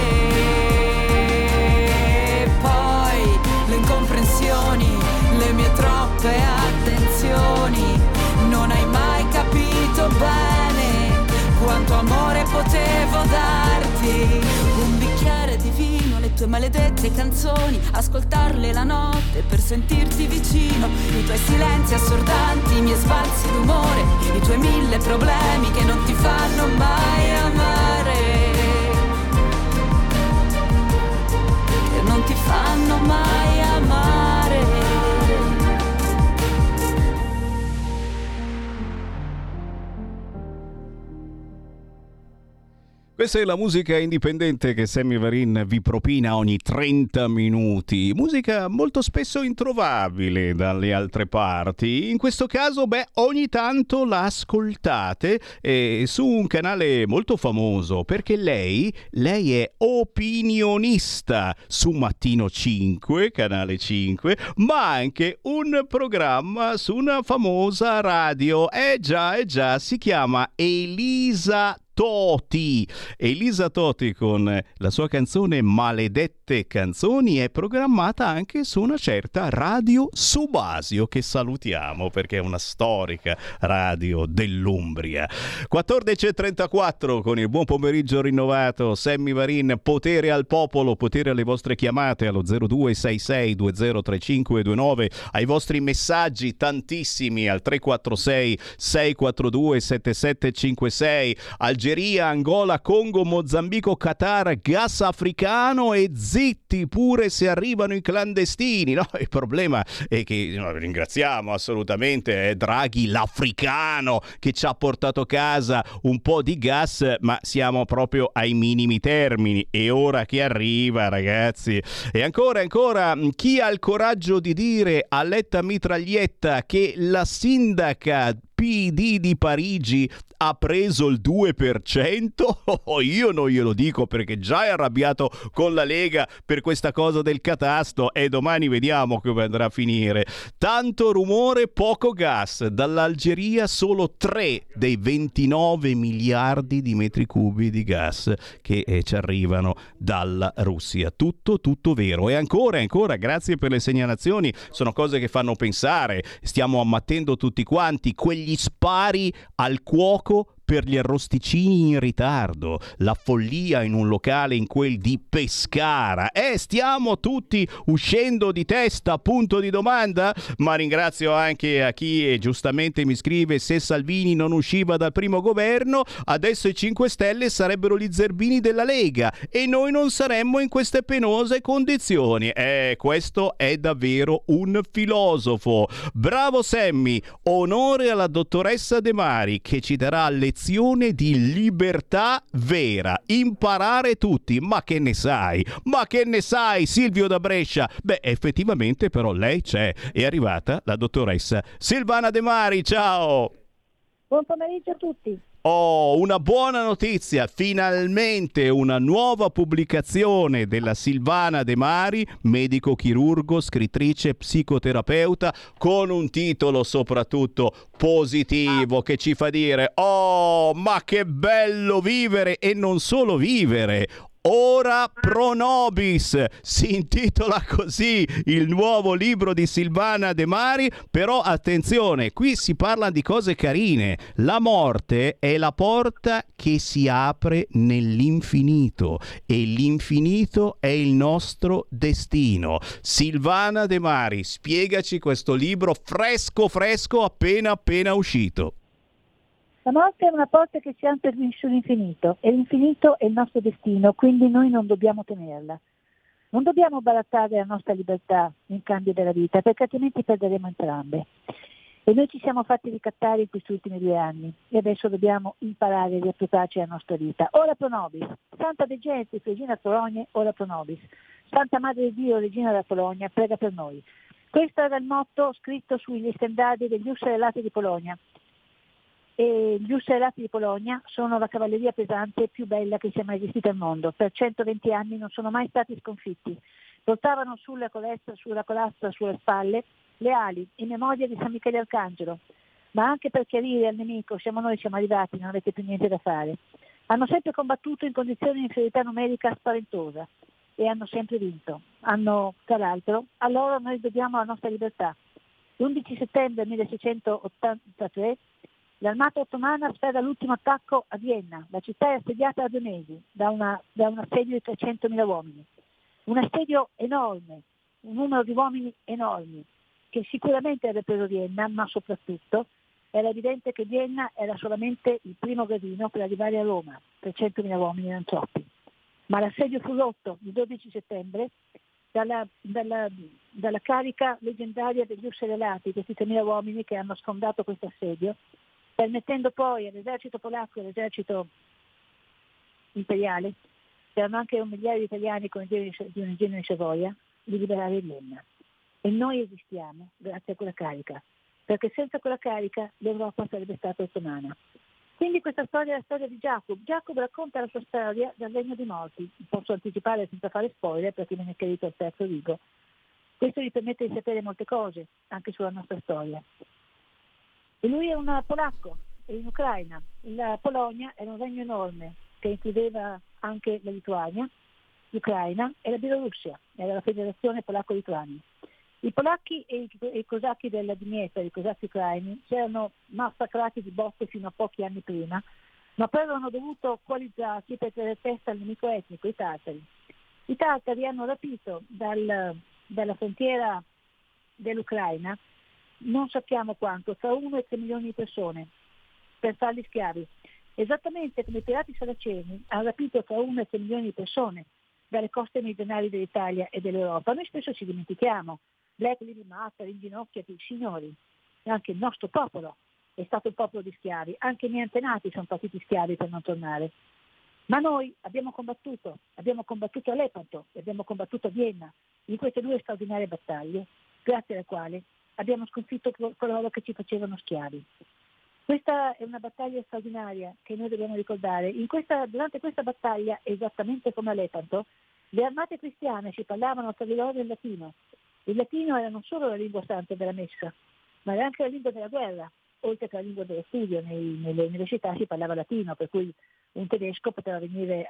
Poi le incomprensioni, le mie troppe attenzioni, non hai mai capito bene quanto amore potevo darti. Un bicchiere di divino, le tue maledette canzoni, ascoltarle la notte per sentirti vicino, i tuoi silenzi assordanti, i miei sbalzi d'umore, i tuoi 1000 problemi che non ti fanno mai amare, che non ti fanno mai amare. Questa è la musica indipendente che Sammy Varin vi propina ogni 30 minuti. Musica molto spesso introvabile dalle altre parti. In questo caso, ogni tanto la ascoltate su un canale molto famoso, perché lei è opinionista su Mattino 5, canale 5, ma anche un programma su una famosa radio. Già, si chiama Elisa Toti. Elisa Toti con la sua canzone Maledette canzoni è programmata anche su una certa Radio Subasio, che salutiamo perché è una storica radio dell'Umbria. 14.34 con il buon pomeriggio rinnovato. Sammy Varin, potere al popolo, potere alle vostre chiamate allo 0266203529, ai vostri messaggi tantissimi al 346 642 7756, Algeria, Angola, Congo, Mozambico, Qatar, gas africano e zitti pure se arrivano i clandestini. No, il problema è che ringraziamo assolutamente Draghi l'africano che ci ha portato a casa un po' di gas, ma siamo proprio ai minimi termini e ora che arriva, ragazzi. E ancora chi ha il coraggio di dire a Letta Mitraglietta che la sindaca PD di Parigi ha preso il 2%? Io non glielo dico perché già è arrabbiato con la Lega per questa cosa del catasto e domani vediamo come andrà a finire. Tanto rumore, poco gas. Dall'Algeria solo 3 dei 29 miliardi di metri cubi di gas che ci arrivano dalla Russia. Tutto vero. E ancora, grazie per le segnalazioni, sono cose che fanno pensare. Stiamo ammattendo tutti quanti quegli spari al cuoco per gli arrosticini in ritardo, la follia in un locale in quel di Pescara. Stiamo tutti uscendo di testa, punto di domanda? Ma ringrazio anche a chi giustamente mi scrive: se Salvini non usciva dal primo governo, adesso i 5 Stelle sarebbero gli zerbini della Lega e noi non saremmo in queste penose condizioni. Questo è davvero un filosofo. Bravo Sammy, onore alla dottoressa De Mari che ci darà lezioni di libertà vera. Imparare tutti. Ma che ne sai Silvio da Brescia? Effettivamente però lei c'è. È arrivata la dottoressa Silvana De Mari. Ciao, buon pomeriggio a tutti. Una buona notizia, finalmente una nuova pubblicazione della Silvana De Mari, medico chirurgo, scrittrice, psicoterapeuta, con un titolo soprattutto positivo che ci fa dire: ma che bello vivere, e non solo vivere. Ora pro nobis, si intitola così il nuovo libro di Silvana De Mari. Però attenzione, qui si parla di cose carine. La morte è la porta che si apre nell'infinito e l'infinito è il nostro destino. Silvana De Mari, spiegaci questo libro fresco appena uscito. La morte è una porta che si apre sull'infinito e l'infinito è il nostro destino, quindi noi non dobbiamo temerla. Non dobbiamo barattare la nostra libertà in cambio della vita, perché altrimenti perderemo entrambe. E noi ci siamo fatti ricattare in questi ultimi 2 anni e adesso dobbiamo imparare a riappropriarci alla nostra vita. Ora pro nobis, Santa De Gentris, Regina Polonia, ora pro nobis. Santa Madre di Dio, Regina della Polonia, prega per noi. Questo era il motto scritto sugli stendardi degli Usserellati di Polonia. E gli Usserellati di Polonia sono la cavalleria pesante più bella che sia mai esistita al mondo. Per 120 anni non sono mai stati sconfitti. Portavano sulla corazza, sulle spalle, le ali in memoria di San Michele Arcangelo, ma anche per chiarire al nemico: siamo arrivati, non avete più niente da fare. Hanno sempre combattuto in condizioni di inferiorità numerica spaventosa e hanno sempre vinto. Tra l'altro, a loro noi dobbiamo la nostra libertà. L'11 settembre 1683 L'armata ottomana afferra l'ultimo attacco a Vienna, la città è assediata da 2 mesi da un assedio di 300.000 uomini. Un assedio enorme, un numero di uomini enormi, che sicuramente avrebbe preso Vienna, ma soprattutto era evidente che Vienna era solamente il primo gradino per arrivare a Roma, 300.000 uomini erano troppi. Ma l'assedio fu rotto il 12 settembre dalla carica leggendaria degli Usserelati, questi 3.000 uomini che hanno sfondato questo assedio, permettendo poi all'esercito polacco e all'esercito imperiale, c'erano anche 1 migliaio di italiani con un genio di Savoia, di liberare Vienna. E noi esistiamo grazie a quella carica, perché senza quella carica l'Europa sarebbe stata ottomana. Quindi questa storia è la storia di Giacomo. Giacomo racconta la sua storia dal regno dei morti. Posso anticipare senza fare spoiler perché me ne è chiarito il terzo rigo. Questo gli permette di sapere molte cose, anche sulla nostra storia. E lui è un polacco, è in Ucraina. La Polonia era un regno enorme che includeva anche la Lituania, l'Ucraina e la Bielorussia, era la federazione polacco-lituania. I polacchi e i cosacchi della Dniester, i cosacchi ucraini, si erano massacrati di botte fino a pochi anni prima, ma poi avevano dovuto coalizzarsi per tenere testa al nemico etnico, i tatari. I tatari hanno rapito dalla frontiera dell'Ucraina, non sappiamo quanto, tra 1 e 3 milioni di persone, per farli schiavi. Esattamente come i pirati saraceni hanno rapito tra 1 e 3 milioni di persone dalle coste meridionali dell'Italia e dell'Europa. Noi spesso ci dimentichiamo. Black Lives Matter, inginocchiati, signori, anche il nostro popolo è stato un popolo di schiavi, anche i miei antenati sono partiti schiavi per non tornare. Ma noi abbiamo combattuto a Lepanto, abbiamo combattuto a Vienna, in queste 2 straordinarie battaglie, grazie alle quali abbiamo sconfitto coloro che ci facevano schiavi. Questa è una battaglia straordinaria che noi dobbiamo ricordare. Durante questa battaglia, esattamente come a Lepanto, le armate cristiane si parlavano tra di loro il latino. Il latino era non solo la lingua santa della messa, ma era anche la lingua della guerra, oltre che la lingua dello studio. Nelle università si parlava latino, per cui un tedesco poteva venire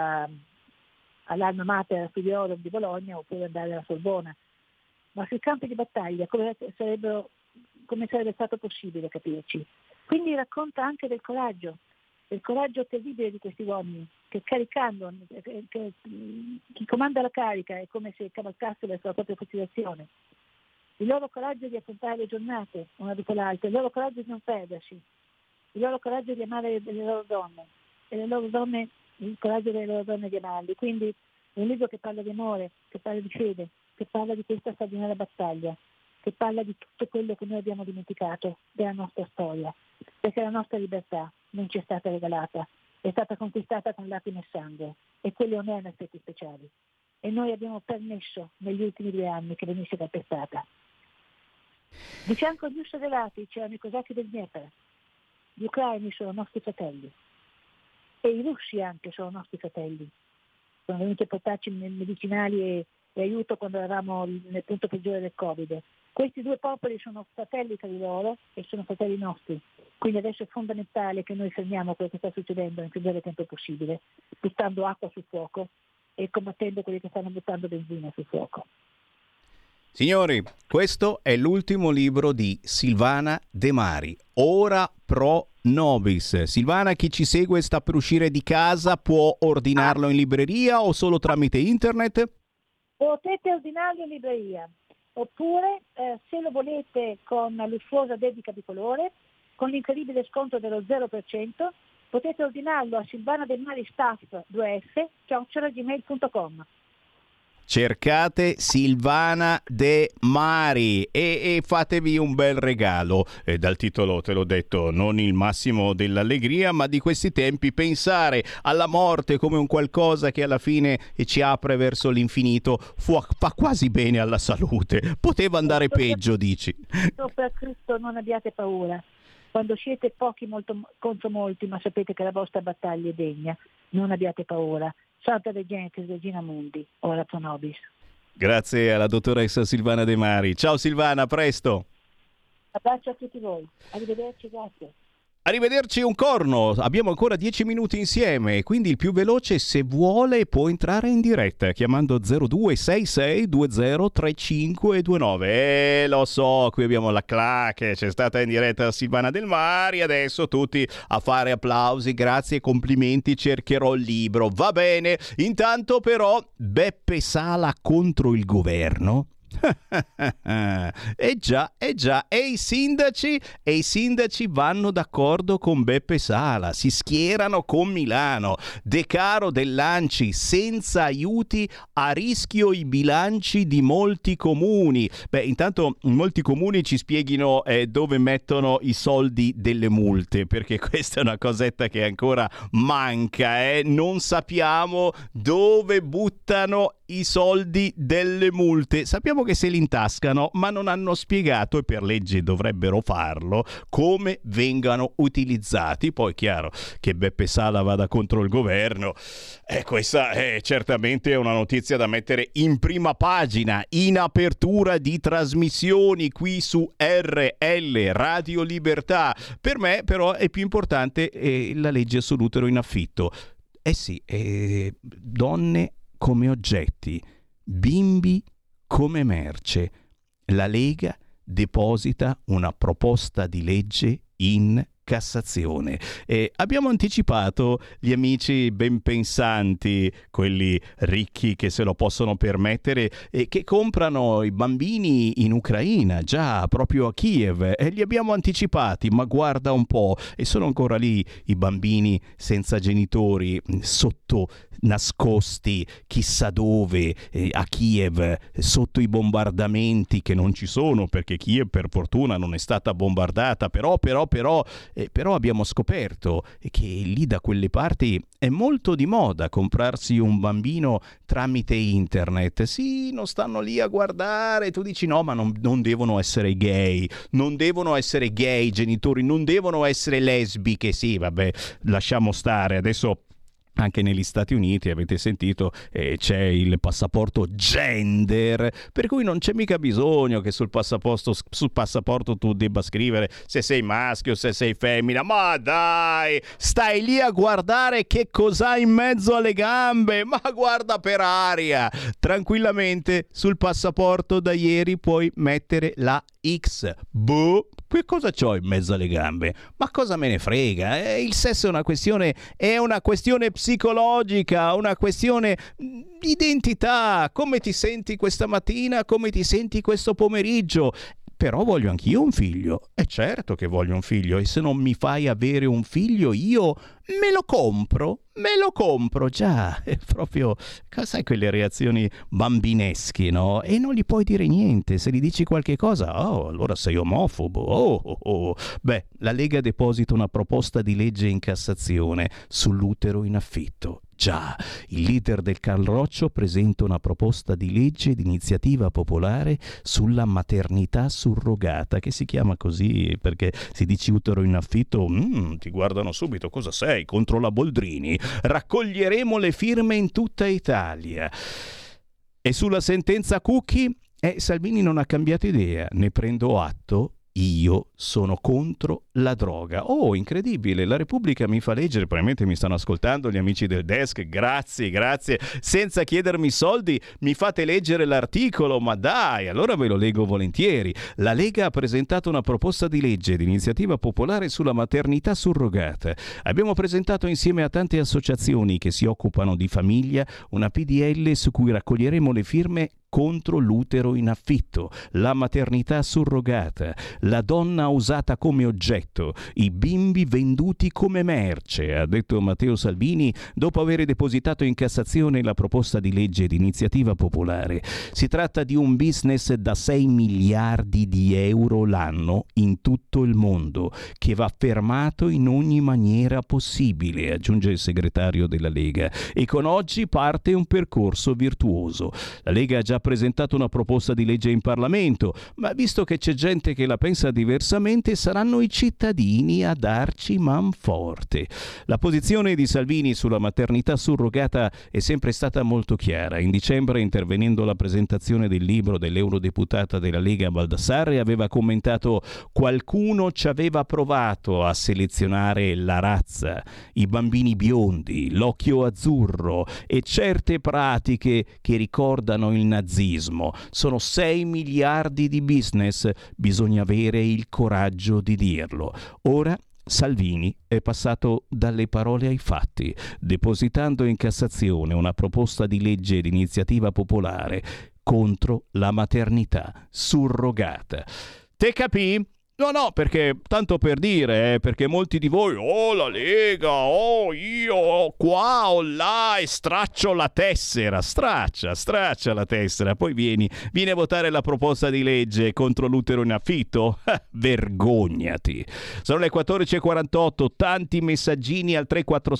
all'Alma Mater Studiorum di Bologna oppure andare alla Sorbona. Ma sui campi di battaglia come sarebbe stato possibile capirci? Quindi racconta anche del coraggio terribile di questi uomini che caricando, chi comanda la carica è come se cavalcasse la sua propria fucilazione. Il loro coraggio di affrontare le giornate una dopo l'altra, il loro coraggio di non perdersi, il loro coraggio di amare le loro donne e il coraggio delle loro donne di amarli. Quindi è un libro che parla di amore, che parla di fede, che parla di questa straordinaria battaglia, che parla di tutto quello che noi abbiamo dimenticato della nostra storia, perché la nostra libertà non ci è stata regalata, è stata conquistata con lacrime e sangue, e quelli non erano effetti speciali. E noi abbiamo permesso negli ultimi 2 anni che venisse calpestata. Di fianco agli Usserelati c'erano i cosacchi del Dnieper, gli ucraini sono nostri fratelli, e i russi anche sono nostri fratelli. Sono venuti a portarci medicinali e aiuto quando eravamo nel punto peggiore del Covid. Questi 2 popoli sono fratelli tra di loro e sono fratelli nostri, quindi adesso è fondamentale che noi fermiamo quello che sta succedendo nel più breve tempo possibile, buttando acqua sul fuoco e combattendo quelli che stanno buttando benzina sul fuoco. Signori, questo è l'ultimo libro di Silvana De Mari, Ora Pro Nobis. Silvana, chi ci segue sta per uscire di casa, può ordinarlo in libreria o solo tramite internet? Potete ordinarlo in libreria. Oppure, se lo volete con la lussuosa dedica bicolore, con l'incredibile sconto dello 0%, potete ordinarlo a silvanadelmaristaff2f@gmail.com. Cercate Silvana De Mari e fatevi un bel regalo. Dal titolo, te l'ho detto, non il massimo dell'allegria, ma di questi tempi pensare alla morte come un qualcosa che alla fine ci apre verso l'infinito fa quasi bene alla salute. Poteva andare peggio, dici? Soprattutto non abbiate paura. Quando siete pochi contro molti, ma sapete che la vostra battaglia è degna, non abbiate paura. Santa Regina Mundi, ora pro nobis. Grazie alla dottoressa Silvana De Mari. Ciao Silvana, a presto. Abbraccio a tutti voi. Arrivederci, grazie. Arrivederci un corno, abbiamo ancora 10 minuti insieme, quindi il più veloce, se vuole, può entrare in diretta chiamando 0266203529. Lo so, qui abbiamo la clac, c'è stata in diretta Silvana Del Mari, adesso tutti a fare applausi, grazie, complimenti, cercherò il libro, va bene. Intanto però Beppe Sala contro il governo. già, e i sindaci vanno d'accordo con Beppe Sala, si schierano con Milano. Decaro dell'Anci, senza aiuti a rischio i bilanci di molti comuni. Intanto molti comuni ci spieghino dove mettono i soldi delle multe, perché questa è una cosetta che ancora manca, non sappiamo dove buttano i soldi delle multe. Sappiamo che se li intascano, ma non hanno spiegato, e per legge dovrebbero farlo, come vengano utilizzati. Poi chiaro che Beppe Sala vada contro il governo, questa è certamente una notizia da mettere in prima pagina, in apertura di trasmissioni qui su RL Radio Libertà. Per me però è più importante la legge sull'utero in affitto. Donne come oggetti, bimbi come merce. La Lega deposita una proposta di legge in Cassazione. Abbiamo anticipato gli amici ben pensanti, quelli ricchi che se lo possono permettere e che comprano i bambini in Ucraina, già proprio a Kiev, e li abbiamo anticipati, ma guarda un po', e sono ancora lì i bambini senza genitori, sotto nascosti chissà dove, a Kiev, sotto i bombardamenti che non ci sono, perché Kiev per fortuna non è stata bombardata, però abbiamo scoperto che lì da quelle parti è molto di moda comprarsi un bambino tramite internet. Sì, non stanno lì a guardare, tu dici no, ma non devono essere gay, non devono essere gay i genitori, non devono essere lesbiche. Sì, vabbè, lasciamo stare, adesso anche negli Stati Uniti, avete sentito, c'è il passaporto gender, per cui non c'è mica bisogno che sul passaporto tu debba scrivere se sei maschio, se sei femmina. Ma dai, stai lì a guardare che cos'ha in mezzo alle gambe, ma guarda per aria. Tranquillamente sul passaporto da ieri puoi mettere la X. Boh, che cosa c'ho in mezzo alle gambe? Ma cosa me ne frega? Il sesso è una questione psicologica, una questione di identità. Come ti senti questa mattina? Come ti senti questo pomeriggio? Però voglio anch'io un figlio. E certo che voglio un figlio. E se non mi fai avere un figlio, io me lo compro, già. È proprio, sai, quelle reazioni bambinesche, no? E non gli puoi dire niente. Se gli dici qualche cosa, allora sei omofobo. Beh, la Lega deposita una proposta di legge in Cassazione sull'utero in affitto. Già, il leader del Carroccio presenta una proposta di legge d'iniziativa popolare sulla maternità surrogata, che si chiama così perché si dice utero in affitto, ti guardano subito, cosa sei, contro la Boldrini? Raccoglieremo le firme in tutta Italia. E sulla sentenza Cucchi, Salvini non ha cambiato idea, ne prendo atto. Io sono contro la droga. Oh, incredibile, la Repubblica mi fa leggere, probabilmente mi stanno ascoltando gli amici del desk, grazie, senza chiedermi soldi mi fate leggere l'articolo, ma dai, allora ve lo leggo volentieri. La Lega ha presentato una proposta di legge di iniziativa popolare sulla maternità surrogata. Abbiamo presentato insieme a tante associazioni che si occupano di famiglia una PDL su cui raccoglieremo le firme contro l'utero in affitto, la maternità surrogata, la donna usata come oggetto, i bimbi venduti come merce, ha detto Matteo Salvini dopo aver depositato in Cassazione la proposta di legge di iniziativa popolare. Si tratta di un business da 6 miliardi di euro l'anno in tutto il mondo, che va fermato in ogni maniera possibile, aggiunge il segretario della Lega, e con oggi parte un percorso virtuoso. La Lega ha già presentato una proposta di legge in Parlamento, ma visto che c'è gente che la pensa diversamente, saranno i cittadini a darci manforte. La posizione di Salvini sulla maternità surrogata è sempre stata molto chiara. In dicembre, intervenendo alla presentazione del libro dell'eurodeputata della Lega Baldassarri, aveva commentato: qualcuno ci aveva provato a selezionare la razza, i bambini biondi, l'occhio azzurro e certe pratiche che ricordano il nazismo. Sono 6 miliardi di business, bisogna avere il coraggio di dirlo. Ora Salvini è passato dalle parole ai fatti, depositando in Cassazione una proposta di legge d'iniziativa popolare contro la maternità surrogata. Te capì? No, perché tanto per dire, perché molti di voi, la Lega, io, qua o là, e straccio la tessera, straccia la tessera, poi vieni a votare la proposta di legge contro l'utero in affitto? Vergognati. Sono le 14.48, tanti messaggini al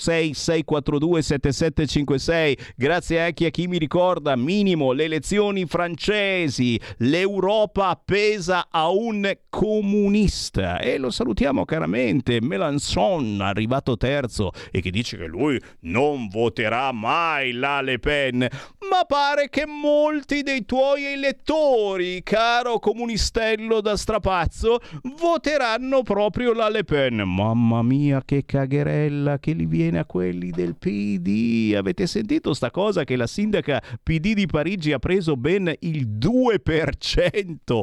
346-642-7756, grazie anche a chi mi ricorda, minimo, le elezioni francesi, l'Europa appesa a un comunista, e lo salutiamo caramente, Mélenchon, arrivato terzo e che dice che lui non voterà mai la Le Pen, ma pare che molti dei tuoi elettori, caro comunistello da strapazzo, voteranno proprio la Le Pen. Mamma mia, che cagherella che li viene a quelli del PD. Avete sentito sta cosa che la sindaca PD di Parigi ha preso ben il 2%?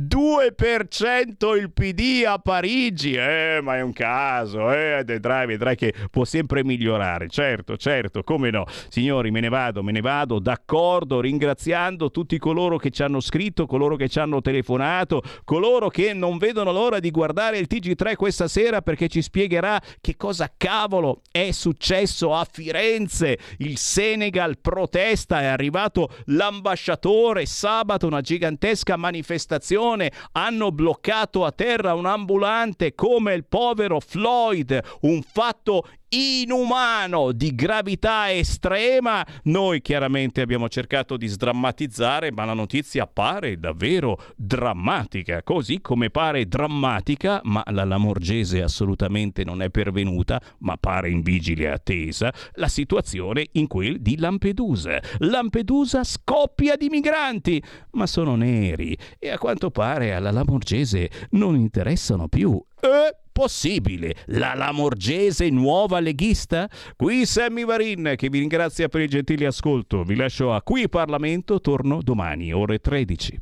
2% il PD a Parigi, ma è un caso, vedrai che può sempre migliorare, certo, come no. Signori, me ne vado, d'accordo, ringraziando tutti coloro che ci hanno scritto, coloro che ci hanno telefonato, coloro che non vedono l'ora di guardare il TG3 questa sera, perché ci spiegherà che cosa cavolo è successo a Firenze. Il Senegal protesta, è arrivato l'ambasciatore, sabato una gigantesca manifestazione, hanno bloccato a terra un ambulante come il povero Floyd, un fatto inumano di gravità estrema. Noi chiaramente abbiamo cercato di sdrammatizzare, ma la notizia pare davvero drammatica, così come pare drammatica, ma la Lamorgese assolutamente non è pervenuta, ma pare in vigile attesa, la situazione in quel di Lampedusa. Lampedusa scoppia di migranti, ma sono neri e a quanto pare alla Lamorgese non interessano più. Possibile? La Lamorgese nuova leghista? Qui Sammy Varin che vi ringrazia per il gentile ascolto. Vi lascio a Qui Parlamento, torno domani ore 13.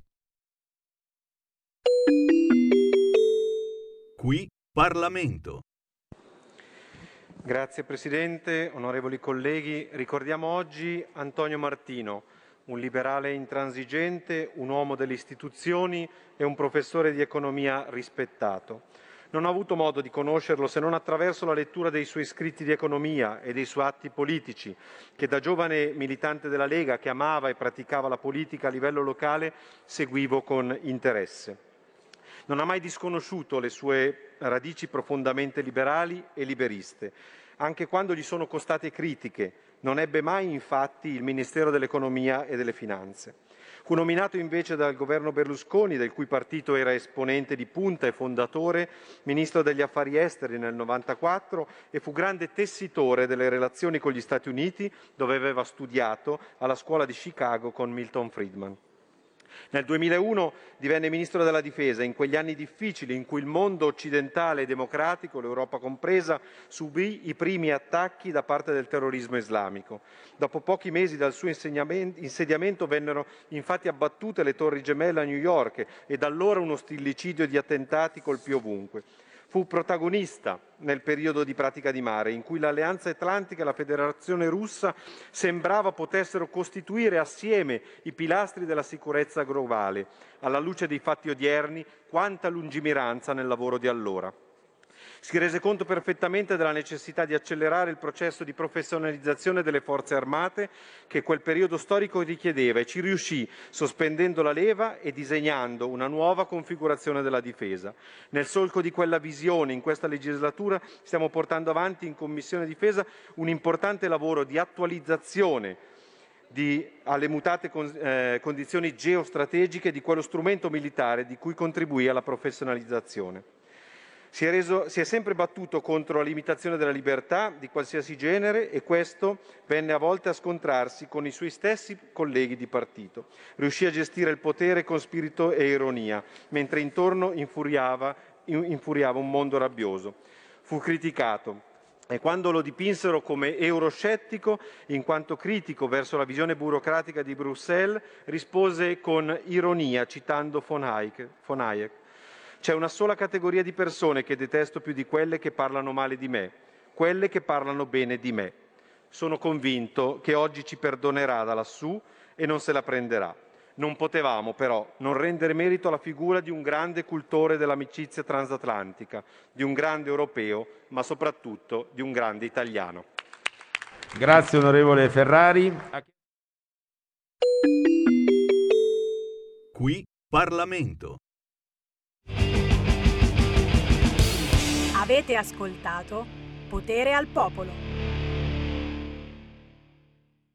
Qui Parlamento. Grazie Presidente, onorevoli colleghi. Ricordiamo oggi Antonio Martino, un liberale intransigente, un uomo delle istituzioni e un professore di economia rispettato. Non ho avuto modo di conoscerlo se non attraverso la lettura dei suoi scritti di economia e dei suoi atti politici, che da giovane militante della Lega che amava e praticava la politica a livello locale seguivo con interesse. Non ha mai disconosciuto le sue radici profondamente liberali e liberiste. Anche quando gli sono costate critiche, non ebbe mai infatti il Ministero dell'Economia e delle Finanze. Fu nominato invece dal governo Berlusconi, del cui partito era esponente di punta e fondatore, ministro degli affari esteri nel 1994 e fu grande tessitore delle relazioni con gli Stati Uniti, dove aveva studiato alla scuola di Chicago con Milton Friedman. Nel 2001 divenne Ministro della Difesa, in quegli anni difficili in cui il mondo occidentale e democratico, l'Europa compresa, subì i primi attacchi da parte del terrorismo islamico. Dopo pochi mesi dal suo insediamento vennero infatti abbattute le Torri Gemelle a New York e da allora uno stillicidio di attentati colpì ovunque. Fu protagonista nel periodo di Pratica di Mare, in cui l'Alleanza Atlantica e la Federazione Russa sembrava potessero costituire assieme i pilastri della sicurezza globale. Alla luce dei fatti odierni, quanta lungimiranza nel lavoro di allora. Si rese conto perfettamente della necessità di accelerare il processo di professionalizzazione delle forze armate che quel periodo storico richiedeva e ci riuscì sospendendo la leva e disegnando una nuova configurazione della difesa. Nel solco di quella visione, in questa legislatura, stiamo portando avanti in Commissione Difesa un importante lavoro di attualizzazione alle mutate condizioni geostrategiche di quello strumento militare di cui contribuì alla professionalizzazione. Si è sempre battuto contro la limitazione della libertà di qualsiasi genere e questo venne a volte a scontrarsi con i suoi stessi colleghi di partito. Riuscì a gestire il potere con spirito e ironia, mentre intorno infuriava un mondo rabbioso. Fu criticato e quando lo dipinsero come euroscettico, in quanto critico verso la visione burocratica di Bruxelles, rispose con ironia, citando von Hayek. C'è una sola categoria di persone che detesto più di quelle che parlano male di me, quelle che parlano bene di me. Sono convinto che oggi ci perdonerà da lassù e non se la prenderà. Non potevamo però non rendere merito alla figura di un grande cultore dell'amicizia transatlantica, di un grande europeo, ma soprattutto di un grande italiano. Grazie onorevole Ferrari. Qui Parlamento. Avete ascoltato Potere al Popolo.